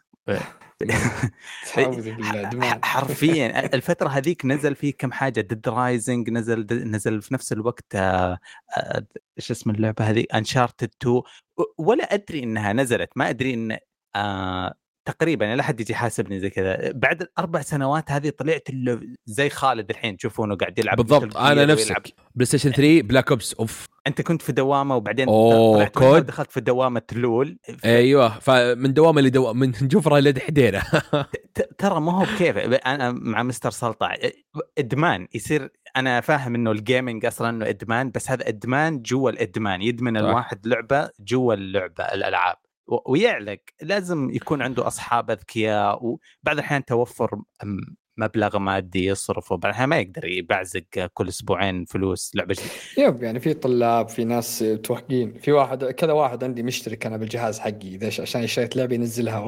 حرفيا الفترة هذيك نزل فيه كم حاجة، ديد رايزنج نزل في نفس الوقت. ايش اسم اللعبة هذه؟ انشارتد 2، ولا ادري انها نزلت، ما ادري ان تقريبا لا حد يجي حاسبني زي كذا. بعد 4 سنوات هذه طلعت زي خالد الحين تشوفونه قاعد يلعب بالضبط. انا نفسك بلاي ستيشن 3 بلاك اوبس اوف. انت كنت في دوامه وبعدين طلعت دخلت في دوامه لول. ايوه، فمن دوامه لدوامه، من جفره لحديره. ترى ما هو بكيف. انا مع مستر سلطع ادمان يصير. انا فاهم انه الجيمنج اصلا انه ادمان، بس هذا ادمان جوا الادمان، يدمن الواحد لعبه جوا اللعبه الالعاب ويعلق. لازم يكون عنده اصحاب اذكياء، وبعض الاحيان توفر مبلغ مادي يصرف، وبعد الأحيان ما يقدر يبعزق كل اسبوعين فلوس لعبه يب. يعني في طلاب، في ناس توهقين. في واحد كذا، واحد عندي مشترك انا بالجهاز حقي ليش عشان اشتريت لعبه ينزلها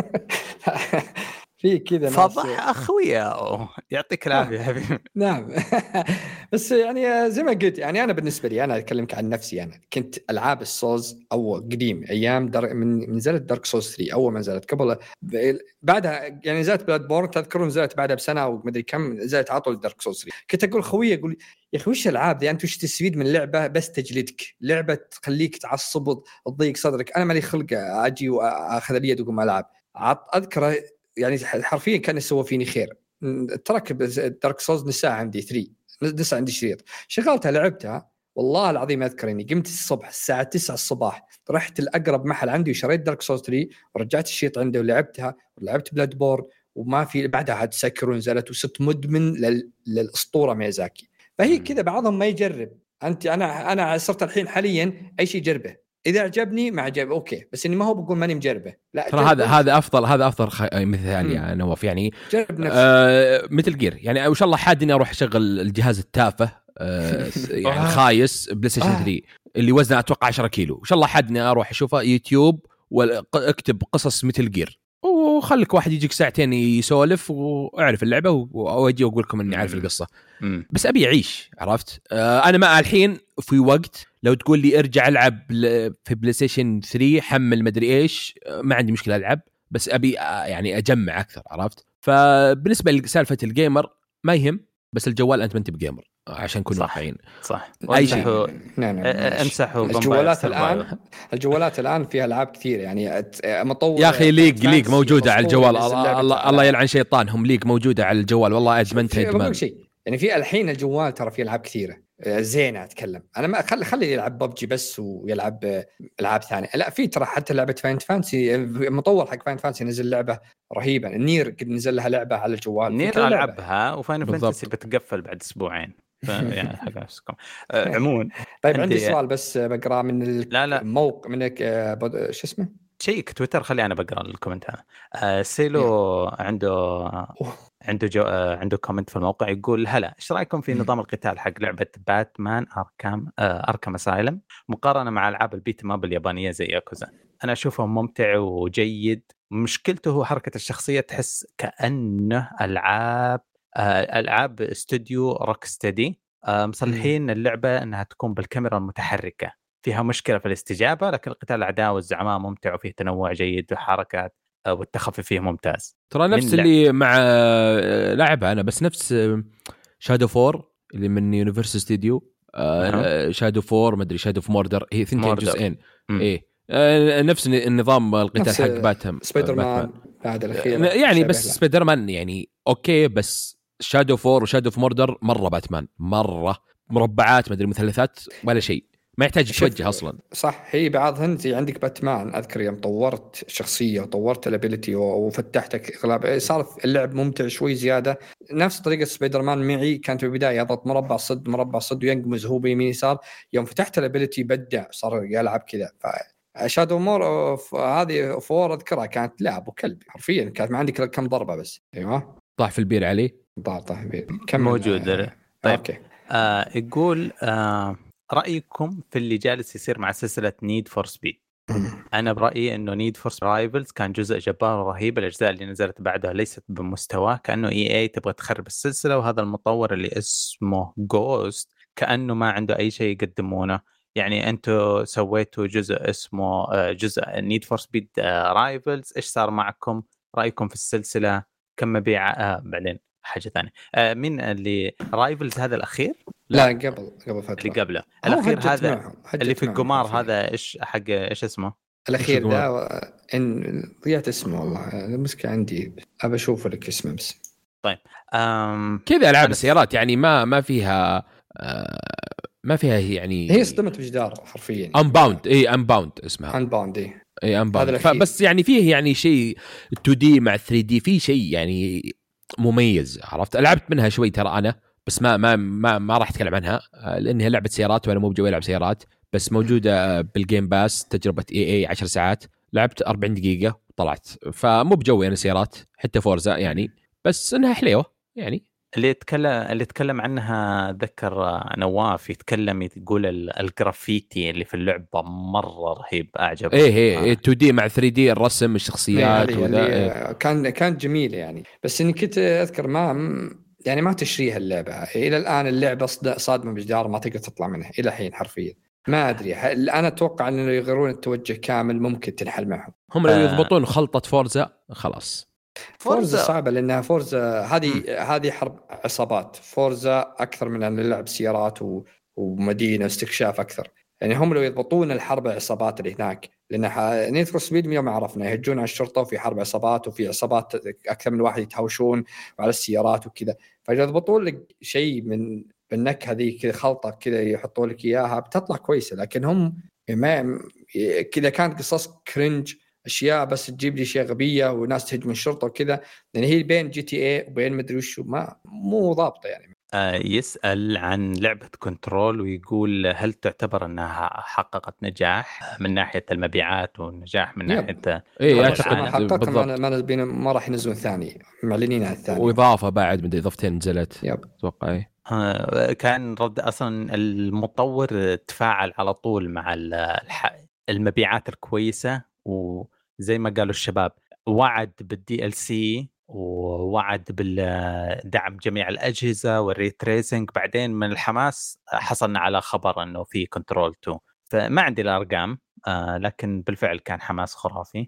في كذا ناس فضح اخويا. يعطيك العافيه يا حبيبي. نعم. بس يعني زي ما قلت، يعني انا بالنسبه لي انا اكلمك عن نفسي. انا كنت العاب السولز او قديم ايام من نزلت دارك سولز 3 اول ما نزلت، قبل بعدها يعني نزلت بلاد بورن، تذكرون نزلت بعدها بسنه او مدري كم، نزلت عطوا دارك سولز 3. كنت اقول خويي، اقول يا اخي وش الالعاب دي؟ انت وش تستفيد من لعبه بس تجلدك، لعبه تخليك تعصب تضيق صدرك؟ انا مالي خلق اجي واخذ اليد واقوم العب. اذكر يعني حرفيا كان يسوي فيني خير. ترك دارك سولز نساء عندي 3 نساء عندي شريط، شغلتها لعبتها. والله العظيم اذكر اني قمت الصبح الساعه 9 الصباح، رحت الاقرب محل عندي وشريت دارك سولز 3 ورجعت الشريط عنده ولعبتها، ولعبت بلاد بورن، وما في بعدها عاد سكر ونزلت، وصرت مدمن للاسطوره ميازاكي. فهي كذا بعضهم ما يجرب. انا صرت الحين حاليا اي شيء جربه، اذا عجبني ما عجب اوكي، بس اني ما هو بقول ماني مجربه، لا ترى هذا افضل مثال يا نواف. يعني جرب مثل جير يعني وان شاء الله حاد اني اروح اشغل الجهاز التافه يعني خايس بلاي ستيشن 3 اللي وزنه اتوقع 10 كيلو، ان شاء الله حاد اني اروح اشوفه يوتيوب واكتب قصص مثل جير، وخليك واحد يجيك ساعتين يسولف واعرف اللعبه واجي واقول لكم اني عارف القصه. بس ابي اعيش، عرفت؟ انا ما الحين في وقت لو تقول لي ارجع العب في بلاي ستيشن 3 حمل مدري ايش، ما عندي مشكله العب، بس ابي يعني اجمع اكثر، عرفت؟ فبالنسبه لسالفه الجيمر ما يهم، بس الجوال انت ما انت بجيمر عشان نكون واقعيين. صح. اي شيء امسحوا الجوالات الان فيها العاب كثير يعني مطور. يا اخي ليج موجوده على الجوال، الله يلعن شيطانهم، ليج موجوده على الجوال، والله ادمنتها ادمان. يعني في الحين الجوال ترى فيه العاب كثيره زينه. اتكلم انا ما خلي يلعب ببجي بس ويلعب العاب ثانيه، لا في ترى حتى لعبه فاين فانسي، المطور حق فاين فانسي نزل لعبه رهيبه. النير قد نزل لها لعبه على الجوال، نير العبها، وفاين فانتسي بتقفل بعد اسبوعين يعني حق نفسكم عموما. طيب عندي سؤال بس بقرا من الموقع منك، شو اسمه شيك تويتر، خلي انا بقرا الكومنت هذا. سيلو عنده كومنت في الموقع يقول هلا، ايش رايكم في نظام القتال حق لعبه باتمان اركام اسايلم مقارنه مع العاب البيت ماب اليابانيه زي ياكوزا؟ انا اشوفه ممتع وجيد. مشكلته هو حركه الشخصيه، تحس كانه العاب استوديو روك ستدي مصلحين اللعبه انها تكون بالكاميرا المتحركه، فيها مشكله في الاستجابه، لكن القتال الاعداء والزعماء ممتع وفيه تنوع جيد وحركات والتخفي فيه ممتاز. ترى نفس اللي مع لاعبها انا، بس نفس شادو 4 اللي من يونيفرسال ستوديو. شادو 4 ما ادري شادو اوف موردر، هي ثنتين جزئين. ايه نفس النظام القتال حق باتم سبايدر مان بعد الأخير يعني، بس سبايدر مان يعني أوكي، بس شادو 4 وشادو اوف موردر مرة باتمان، مرة مربعات ما أدري مثلثات ولا شيء، ما يحتاج توجه أصلا. صح، هي بعضهن زي عندك باتمان، أذكر يوم طورت شخصية وطورت الابيليتي وفتحتك إغلاب، صار اللعب ممتع شوي زيادة. نفس طريقة سبايدر مان معي كانت بالبداية يضغط مربع صد مربع صد وينقمز هو بيمين يسار، يوم فتحت الابيليتي بدع صار يلعب كذا. شادو مور هذه فور أذكرها كانت لعب وكلب حرفيا، كانت ما عندك كم ضربة بس. أيوة طاح في البير علي، طاح البير موجود. طيب أوكي. يقول رأيكم في اللي جالس يصير مع سلسلة نيد فور سبيد؟ أنا برأيي إنه نيد فور رايفلز كان جزء جبار ورهيب، الأجزاء اللي نزلت بعدها ليست بمستواه، كأنه EA تبغى تخرب السلسلة، وهذا المطور اللي اسمه جوست كأنه ما عنده أي شيء يقدمونه. يعني أنتوا سويتوا جزء اسمه جزء نيد فور سبيد رايفلز، إيش صار معكم؟ رأيكم في السلسلة؟ كم مبيع بعدين حاجة ثانية مين اللي رايفلز هذا الأخير؟ لا قبل فترة اللي قبله الأخير هذا اللي في القمار هذا إيش حق إيش اسمه الأخير ده؟ إن ضيعت اسمه والله، المشكلة عندي أبى أشوف لك اسمه بس. طيب كذا ألعاب السيارات يعني ما فيها ما فيها يعني، هي صدمت بجدار حرفيا. Unbound Unbound اسمها Unbound Unbound. بس يعني فيه يعني شيء 2D مع 3D، فيه شيء يعني مميز، عرفت؟ لعبت منها شوي ترى أنا، بس ما راح أتكلم عنها لأنها لعبة سيارات وأنا مو بجوي ألعب سيارات، بس موجودة بالجيم باس تجربة EA 10 ساعات، لعبت 40 دقيقة وطلعت، فمو بجوي أنا سيارات حتى فورزا يعني، بس إنها حلوة يعني. اللي يتكلم عنها ذكر نواف، يقول الجرافيتي اللي في اللعبة مرة رهيب، أعجب. إيه 2D مع 3D، الرسم الشخصيات كان جميل يعني. بس إني كنت أذكر ما تشريها اللعبة إلى الآن، اللعبة صادمة بجدار ما تقدر تطلع منها إلى الحين حرفيا. ما أدري، أنا أتوقع أنه يغيرون التوجه كامل، ممكن تنحل معهم. هم لو يضبطون خلطة فورزا خلاص. فورزا صعبة لأنها فورزا هذه حرب عصابات، فورزا أكثر من أن اللعب سيارات ومدينة استكشاف أكثر. يعني هم لو يضبطون الحرب العصابات اللي هناك، لأن نيد فور سبيد يوم عرفنا يهجون على الشرطة وفي حرب عصابات وفي عصابات أكثر من واحد يتهاوشون وعلى السيارات وكذا، فإذا يضبطون لك شيء من بالنكهة هذه كذا، خلطة كذا يحطوا لك إياها بتطلع كويسة. لكن هم ما كذا كانت قصص كرنج، أشياء بس تجيب لي شيء غبية وناس تهجم الشرطة وكذا، لأن هي بين GTA وبين مدري وشو، مو ضابطة يعني. يسأل عن لعبة كنترول ويقول هل تعتبر أنها حققت نجاح من ناحية المبيعات والنجاح من ناحية حققت ما راح ينزلون ثاني، معلنين عن الثاني، وإضافة بعد من إضافتين نزلت أتوقع. كان رد أصلا المطور تفاعل على طول مع المبيعات الكويسة، وزي ما قالوا الشباب وعد بالDLC ووعد بالدعم جميع الأجهزة والريتريسنج. بعدين من الحماس حصلنا على خبر أنه في كنترول 2، فما عندي الأرقام لكن بالفعل كان حماس خرافي.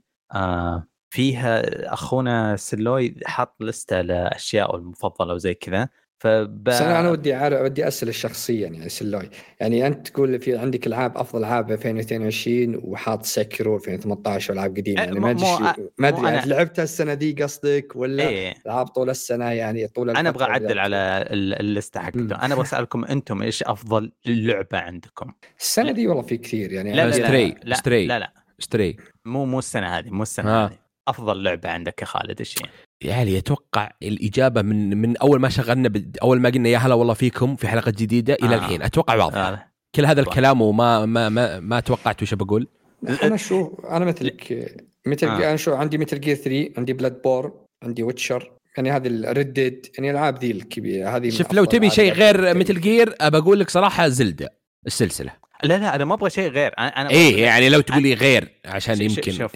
فيها أخونا سلوي حط لستة لأشياء المفضلة وزي كذا. أنا ودي أسأل الشخصيا يعني سلوي، يعني أنت تقول في عندك ألعاب أفضل ألعاب 2022 وحاط سكرو 2018 وألعاب قديمة، يعني ما أدري لعبتها السنة دي قصدك ولا ألعاب طول السنة يعني طول أنا أبغى أعدل على اللستة حقته. أنا أبغى أسألكم أنتم إيش أفضل لعبة عندكم السنة دي؟ والله في كثير يعني. لا ستري مو السنة هذه، مو السنة هذه. أفضل لعبة عندك يا خالد إيش هي؟ يعني أتوقع الإجابة من أول ما شغلنا أول ما قلنا يا هلا والله فيكم في حلقة جديدة إلى الحين أتوقع واضح. كل هذا الكلام وما ما توقعت وش بقول. أنا مثل أنا عندي مثل جير 3، عندي بلاد بورن، عندي ويتشر، يعني هذه الردد، يعني الألعاب ذي الكبيرة هذه. شوف لو تبي شيء غير مثل جير أقول لك صراحة زلدة السلسلة. لا أنا ما أبغى شيء غير. أنا يعني لو تقولي غير عشان يمكن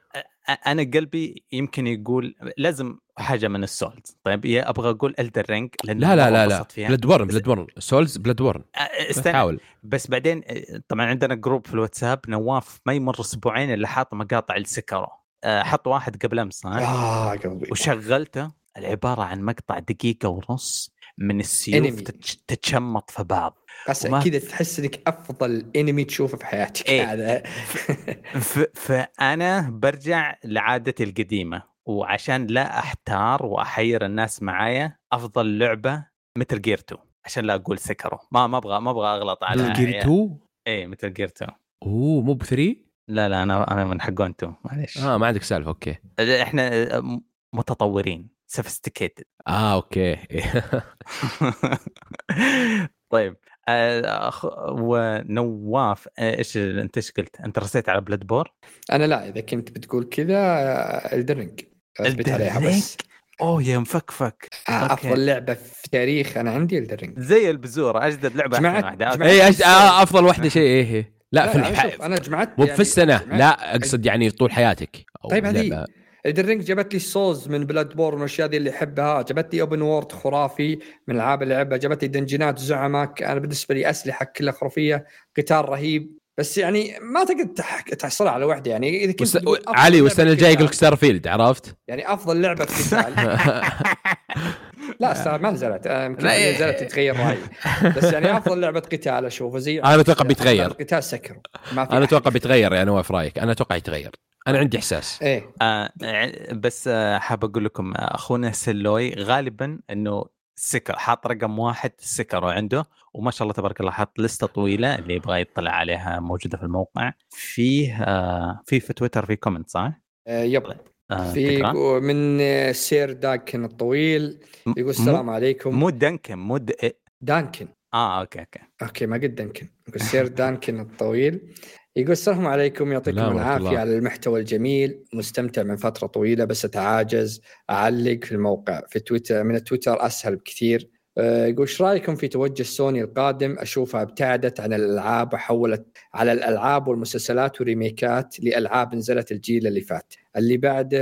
أنا قلبي يمكن يقول لازم حاجة من السولز. طيب أبغى أقول إلدر رينج، لا بلاد بورن سولز بلاد بورن حاول. بس بعدين طبعا عندنا جروب في الواتساب، نواف ما يمر أسبوعين اللي حاط مقاطع السكرو، حط واحد قبل أمس وشغلته العبارة عن مقطع 1.5 دقيقة من السيوف تتشمط في بعض كذا تحس انك افضل انمي تشوفه في حياتك. هذا فانا برجع لعادتي القديمه، وعشان لا احتار واحير الناس معايا افضل لعبه مثل جير 2 عشان لا اقول سكروا. ما ابغى اغلط على جير 2. ايه مثل جير 2. مو ب 3. لا انا من حقون 2 معليش. ما عندك سالفه. اوكي احنا متطورين sophisticated. اوكي. طيب ونواف ايش انت ايش قلت؟ انت رسيت على بلاد بور؟ انا لا، اذا كنت بتقول كذا الدرينج اثبت عليها بس. يا مفكفك. افضل لعبه في تاريخ انا عندي الدرينج، زي البزوره اجدد لعبه واحده. افضل واحده شيء ايه لا في الحياه. انا جمعت مو في السنه لا اقصد يعني طول حياتك. طيب هذه الدرينج جابت لي السولز من بلاد بور والاشياء دي اللي احبها، جابت لي اوبن وورد خرافي من العاب اللعبه، جابت لي دنجينات زعماء انا بالنسبه لي اسلحه كلها خرافيه، قتال رهيب، بس يعني ما تقدر تحصلها على واحده. يعني اذا كنت علي والسنه الجايه يقول لك ستار فيلد، عرفت يعني افضل لعبه قتال. لا ما نزلت، يمكن نزلت تتغير رايي، بس يعني افضل لعبه قتال اشوفه زي انا اتوقع بيتغير قتال سكر. انا اتوقع بيتغير يعني. نواف رايك؟ انا اتوقع يتغير، انا عندي احساس. ايه بس حاب اقول لكم اخونا سلوي غالبا انه سكر حاط رقم 1 سكر عنده، وما شاء الله تبارك الله حاط لسته طويله اللي يبغى يطلع عليها موجوده في الموقع. فيه في تويتر في كومنت صح؟ يب في من سير دانكن الطويل يقول السلام عليكم. مو دانكن دانكن اوكي ما قد دانكن. يقول سير دانكن الطويل يقول السلام عليكم، يعطيكم العافية على المحتوى الجميل، مستمتع من فترة طويلة بس أتعاجز أعلق في الموقع في تويتر، من التويتر أسهل بكثير. يقول ايش رايكم في توجه سوني القادم؟ اشوفها ابتعدت عن الالعاب وحولت على الالعاب والمسلسلات وريميكات لالعاب نزلت الجيل اللي فات، اللي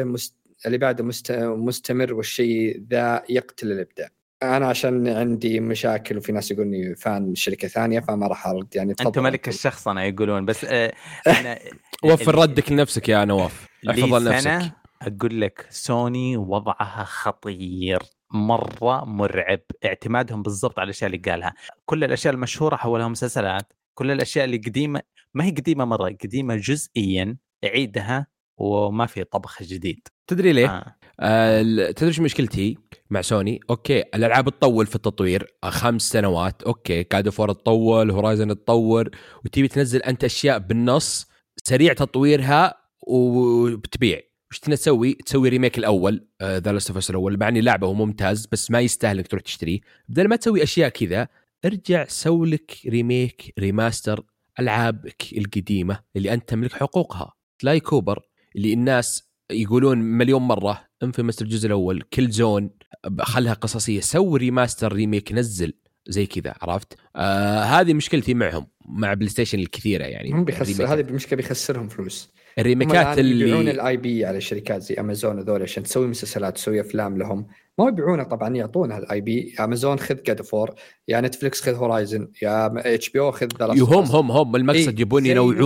بعده مستمر، والشيء ذا يقتل الابداع. انا عشان عندي مشاكل وفي ناس يقولني فان شركه ثانيه فما راح ارد. يعني انت ملك الشخص انا يقولون، بس انا وفر ردك لنفسك يا نواف، احفظ نفسك. اقول لك سوني وضعها خطير مره مرعب، اعتمادهم بالضبط على الاشياء اللي قالها. كل الاشياء المشهوره حولها مسلسلات، كل الاشياء اللي قديمه ما هي قديمه مره، قديمه جزئيا عيدها وما في طبخ جديد. تدري ليه؟ تدري شو مشكلتي مع سوني؟ اوكي الالعاب تطول في التطوير 5 سنوات، اوكي كاد فور تطول، هورايزن تطور، وتبي تنزل انت اشياء بالنص سريع تطويرها وبتبيع. وش تسوي ريميك الاول ذا لاست اوف اس الاول، معني لعبه وممتاز بس ما يستاهل انك تروح تشتريه. بدل ما تسوي اشياء كذا ارجع سوي لك ريميك ريماستر العابك القديمه اللي انت تملك حقوقها. تلاقي كوبر اللي الناس يقولون مليون مرة انفيمس الجزء الأول، كل زون خلها قصصية، سوي ريماستر ريميك نزل زي كذا، عرفت؟ هذه مشكلتي معهم مع بلاي ستيشن الكثيرة يعني. هم هذه المشكلة بيخسرهم فلوس. الريميكات اللي يبيعون الاي بي على شركات زي امازون هذول عشان تسوي مسلسلات تسوي افلام لهم، ما يبيعونه طبعا، يعطونها الاي بي. امازون خذ جاد فور، يا نتفليكس خذ هورايزن، يا اتش بي او خذ هم المقصد يبون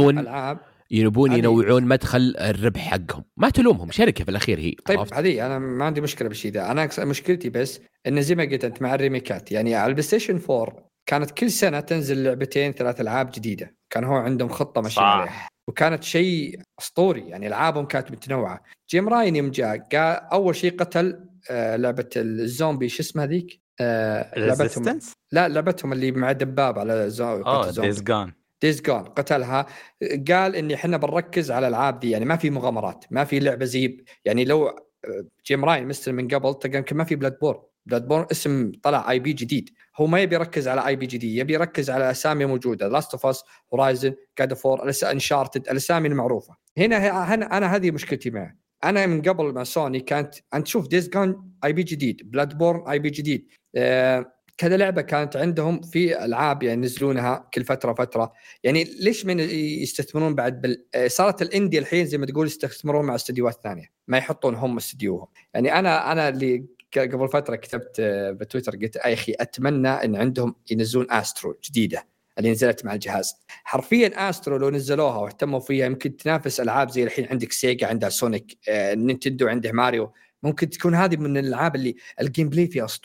ينوعون مدخل الربح حقهم، ما تلومهم، شركه في الاخير هي. طيب هذه انا ما عندي مشكله بالشيء ذا، انا مشكلتي بس ان زي ما قلت انت مع الريميكات. يعني على البلاي ستيشن 4 كانت كل سنه تنزل 2-3 العاب جديده، كان هو عندهم خطه ماشيين عليها وكانت شيء اسطوري. يعني العابهم كانت متنوعه. جيم راين يوم جاء قال اول شيء قتل لعبه الزومبي، شو اسمها ذيك لعبتهم؟ لا لعبتهم اللي مع دباب على زومبي ديز جون قتلها. قال اني احنا بنركز على الالعاب دي، يعني ما في مغامرات، ما في لعبه زيب. يعني لو جيم راين مستر من قبل تلقى ما في بلاد بورن اسم طلع اي بي جديد، هو ما يبي يركز على اي بي جديد، يبي يركز على اسامي موجوده، لاست اوف اس، هورايزن، جاد فور، انشارتد، الاسامي المعروفه. هنا انا هذه مشكلتي معه. انا من قبل مع سوني كانت انت تشوف ديز جون اي بي جديد، بلاد بورن اي بي جديد، كذا لعبه كانت عندهم في العاب يعني ينزلونها كل فتره. يعني ليش من يستثمرون بعد صارت الاندي الحين زي ما تقول يستثمرون مع استديوهات ثانيه، ما يحطون هم استديوهم. يعني انا اللي قبل فتره كتبت بتويتر قلت يا اخي اتمنى ان عندهم ينزلون استرو جديده اللي نزلت مع الجهاز. حرفيا استرو لو نزلوها واهتموا فيها يمكن تنافس العاب زي الحين عندك سيجا عندها سونيك، نينتندو عنده ماريو. ممكن تكون هذه من الالعاب اللي الجيم بلاي فيها اسطوري،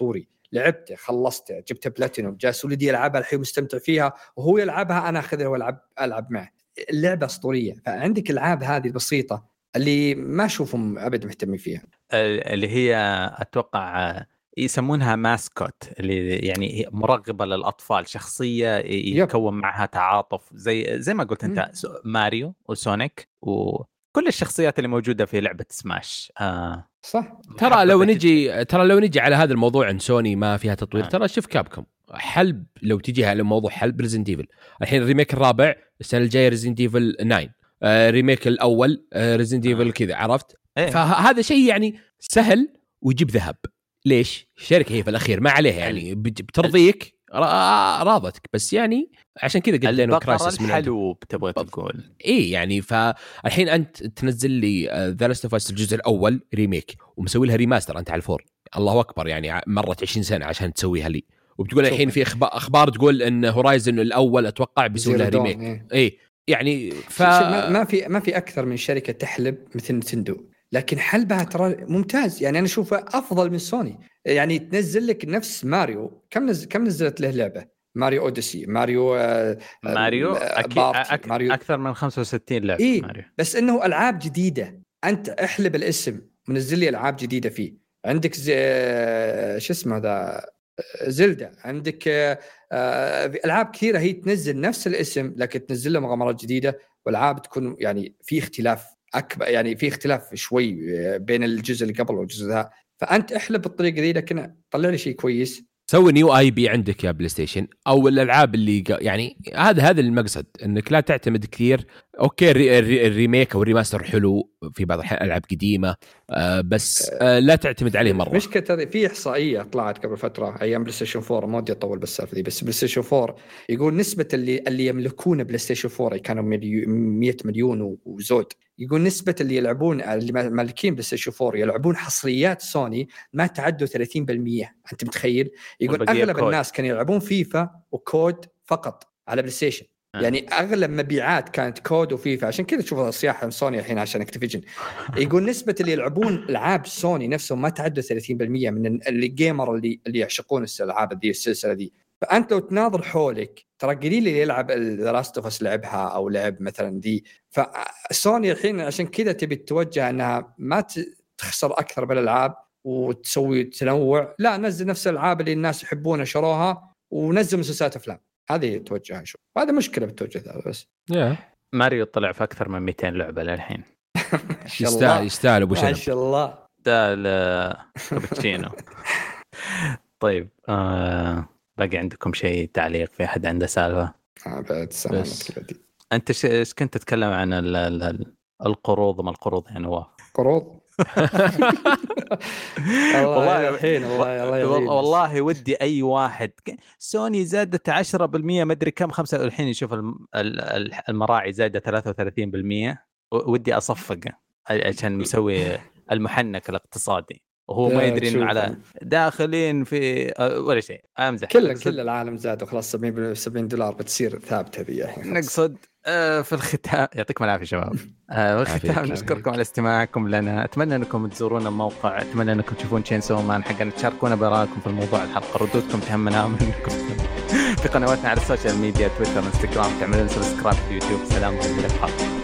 لعبته خلصته جبت بلاتينوم جالس ولدي يلعبها الحين مستمتع فيها وهو يلعبها أنا أخذها والعب معه. اللعبة أسطورية. فعندك الألعاب هذه البسيطة اللي ما أشوفهم أبد مهتمين فيها اللي هي أتوقع يسمونها ماسكوت اللي يعني مرغبة للأطفال شخصية يتكون معها تعاطف زي ما قلت أنت ماريو وسونيك وكل الشخصيات اللي موجودة في لعبة سماش صح. ترى لو نجي على هذا الموضوع عن سوني ما فيها تطوير ترى شوف كابكم حلب لو تجي على موضوع حلب ريزيدنت ايفل الحين الريميك الرابع السنة الجاية ريزيدنت ايفل 9 ريميك الأول ريزيدنت ايفل كذا عرفت فهذا شيء يعني سهل ويجيب ذهب. ليش؟ الشركة هي في الأخير ما عليها يعني بترضيك راضتك بس يعني عشان كذا قدينا كرايسس من الحلوب تبغى تقول إيه يعني. فالحين أنت تنزل لي ذا لاست اوف اس الجزء الأول ريميك ومسوي لها ريماستر أنت على الفور الله أكبر يعني مرت 20 سنة عشان تسويها لي وبتقول الحين في أخبار تقول إن هورايزن الأول أتوقع بيسوي لها ريميك إيه يعني ما في أكثر من شركة تحلب مثل نتندو لكن حلبها ترى ممتاز يعني أنا أشوفه أفضل من سوني يعني تنزل لك نفس ماريو كم نزلت له لعبة ماريو أوديسي ماريو أكثر من 65 لعبة إيه ماريو بس إنه ألعاب جديدة أنت احلب الاسم منزل لي ألعاب جديدة فيه عندك شو اسمه ذا زلدة عندك ألعاب كثيرة هي تنزل نفس الاسم لكن تنزل له مغامرات جديدة والألعاب تكون يعني في اختلاف أكبر يعني في اختلاف شوي بين الجزء اللي قبل والجزء ذا فأنت احلب بالطريقة ذي لكن طلع لي شيء كويس سوي نيو اي بي عندك يا بلاي ستيشن او الالعاب اللي يعني هذا المقصد انك لا تعتمد كثير. اوكي الريميك او الريماستر حلو في بعض الالعاب قديمه بس لا تعتمد عليه مره. مشكله في احصائيه طلعت قبل فتره ايام بلاي ستيشن 4 ما ودي اطول بالسالفه دي بس بلاي ستيشن 4 يقول نسبه اللي يملكون بلاي ستيشن 4 كانوا 100 مليون وزود يقول نسبة اللي يلعبون اللي مالكين بلاي ستيشن 4 يلعبون حصريات سوني ما تعدوا 30%. أنت متخيل؟ يقول أغلب الناس كانوا يلعبون فيفا وكود فقط على بلاي ستيشن يعني أغلب مبيعات كانت كود وفيفا عشان كذا تشوف الصياحة سوني الحين عشان اكتيفيجن. يقول نسبة اللي يلعبون ألعاب سوني نفسهم ما تعدوا 30% من الجيمر اللي يعشقون الألعاب دي السلسلة دي. فأنت لو تناظر حولك ترى قليل اللي يلعب ذا لاست اوف اس لعبها أو لعب مثلا دي. فسوني الحين عشان كذا تبي تتوجه أنها ما تخسر أكثر بالألعاب وتسوي تنوع لا نزل نفس الألعاب اللي الناس يحبونها شروها ونزل مسلسلات أفلام هذه توجهها شو هذا مشكلة بالتوجه هذا بس. ماريو طلع في أكثر من 200 لعبة للحين. يستاهل أبو شنب. ما شاء الله. ده كابتشينو. طيب باقي عندكم شيء تعليق في أحد عنده سالفة؟ بعد سلامتك دي. أنت إيش كنت تتكلم عن القروض ما القروض يا نواف؟ قروض. والله الحين والله ودي أي واحد سوني زادت 10% ما أدري كم 5 الحين يشوف المراعي زادت 33% ودي أصفق عشان مسوي المحنك الاقتصادي وهو ما يدري إنه على داخلين في ولا شيء. أمزح. كل العالم زاد وخلاص $70 بتصير ثابتة ذي. نقصد في الختام يعطيكم العافية شباب. في الختام نشكركم على استماعكم لنا. أتمنى أنكم تزورون الموقع. أتمنى أنكم تشوفون تشينسو مان حقنا تشاركونا برأيكم في الموضوع الحلقة. ردودكم تهمنا منكم في قنواتنا على السوشيال ميديا تويتر انستغرام تعملون سبسكرايب في يوتيوب. سلام عليكم.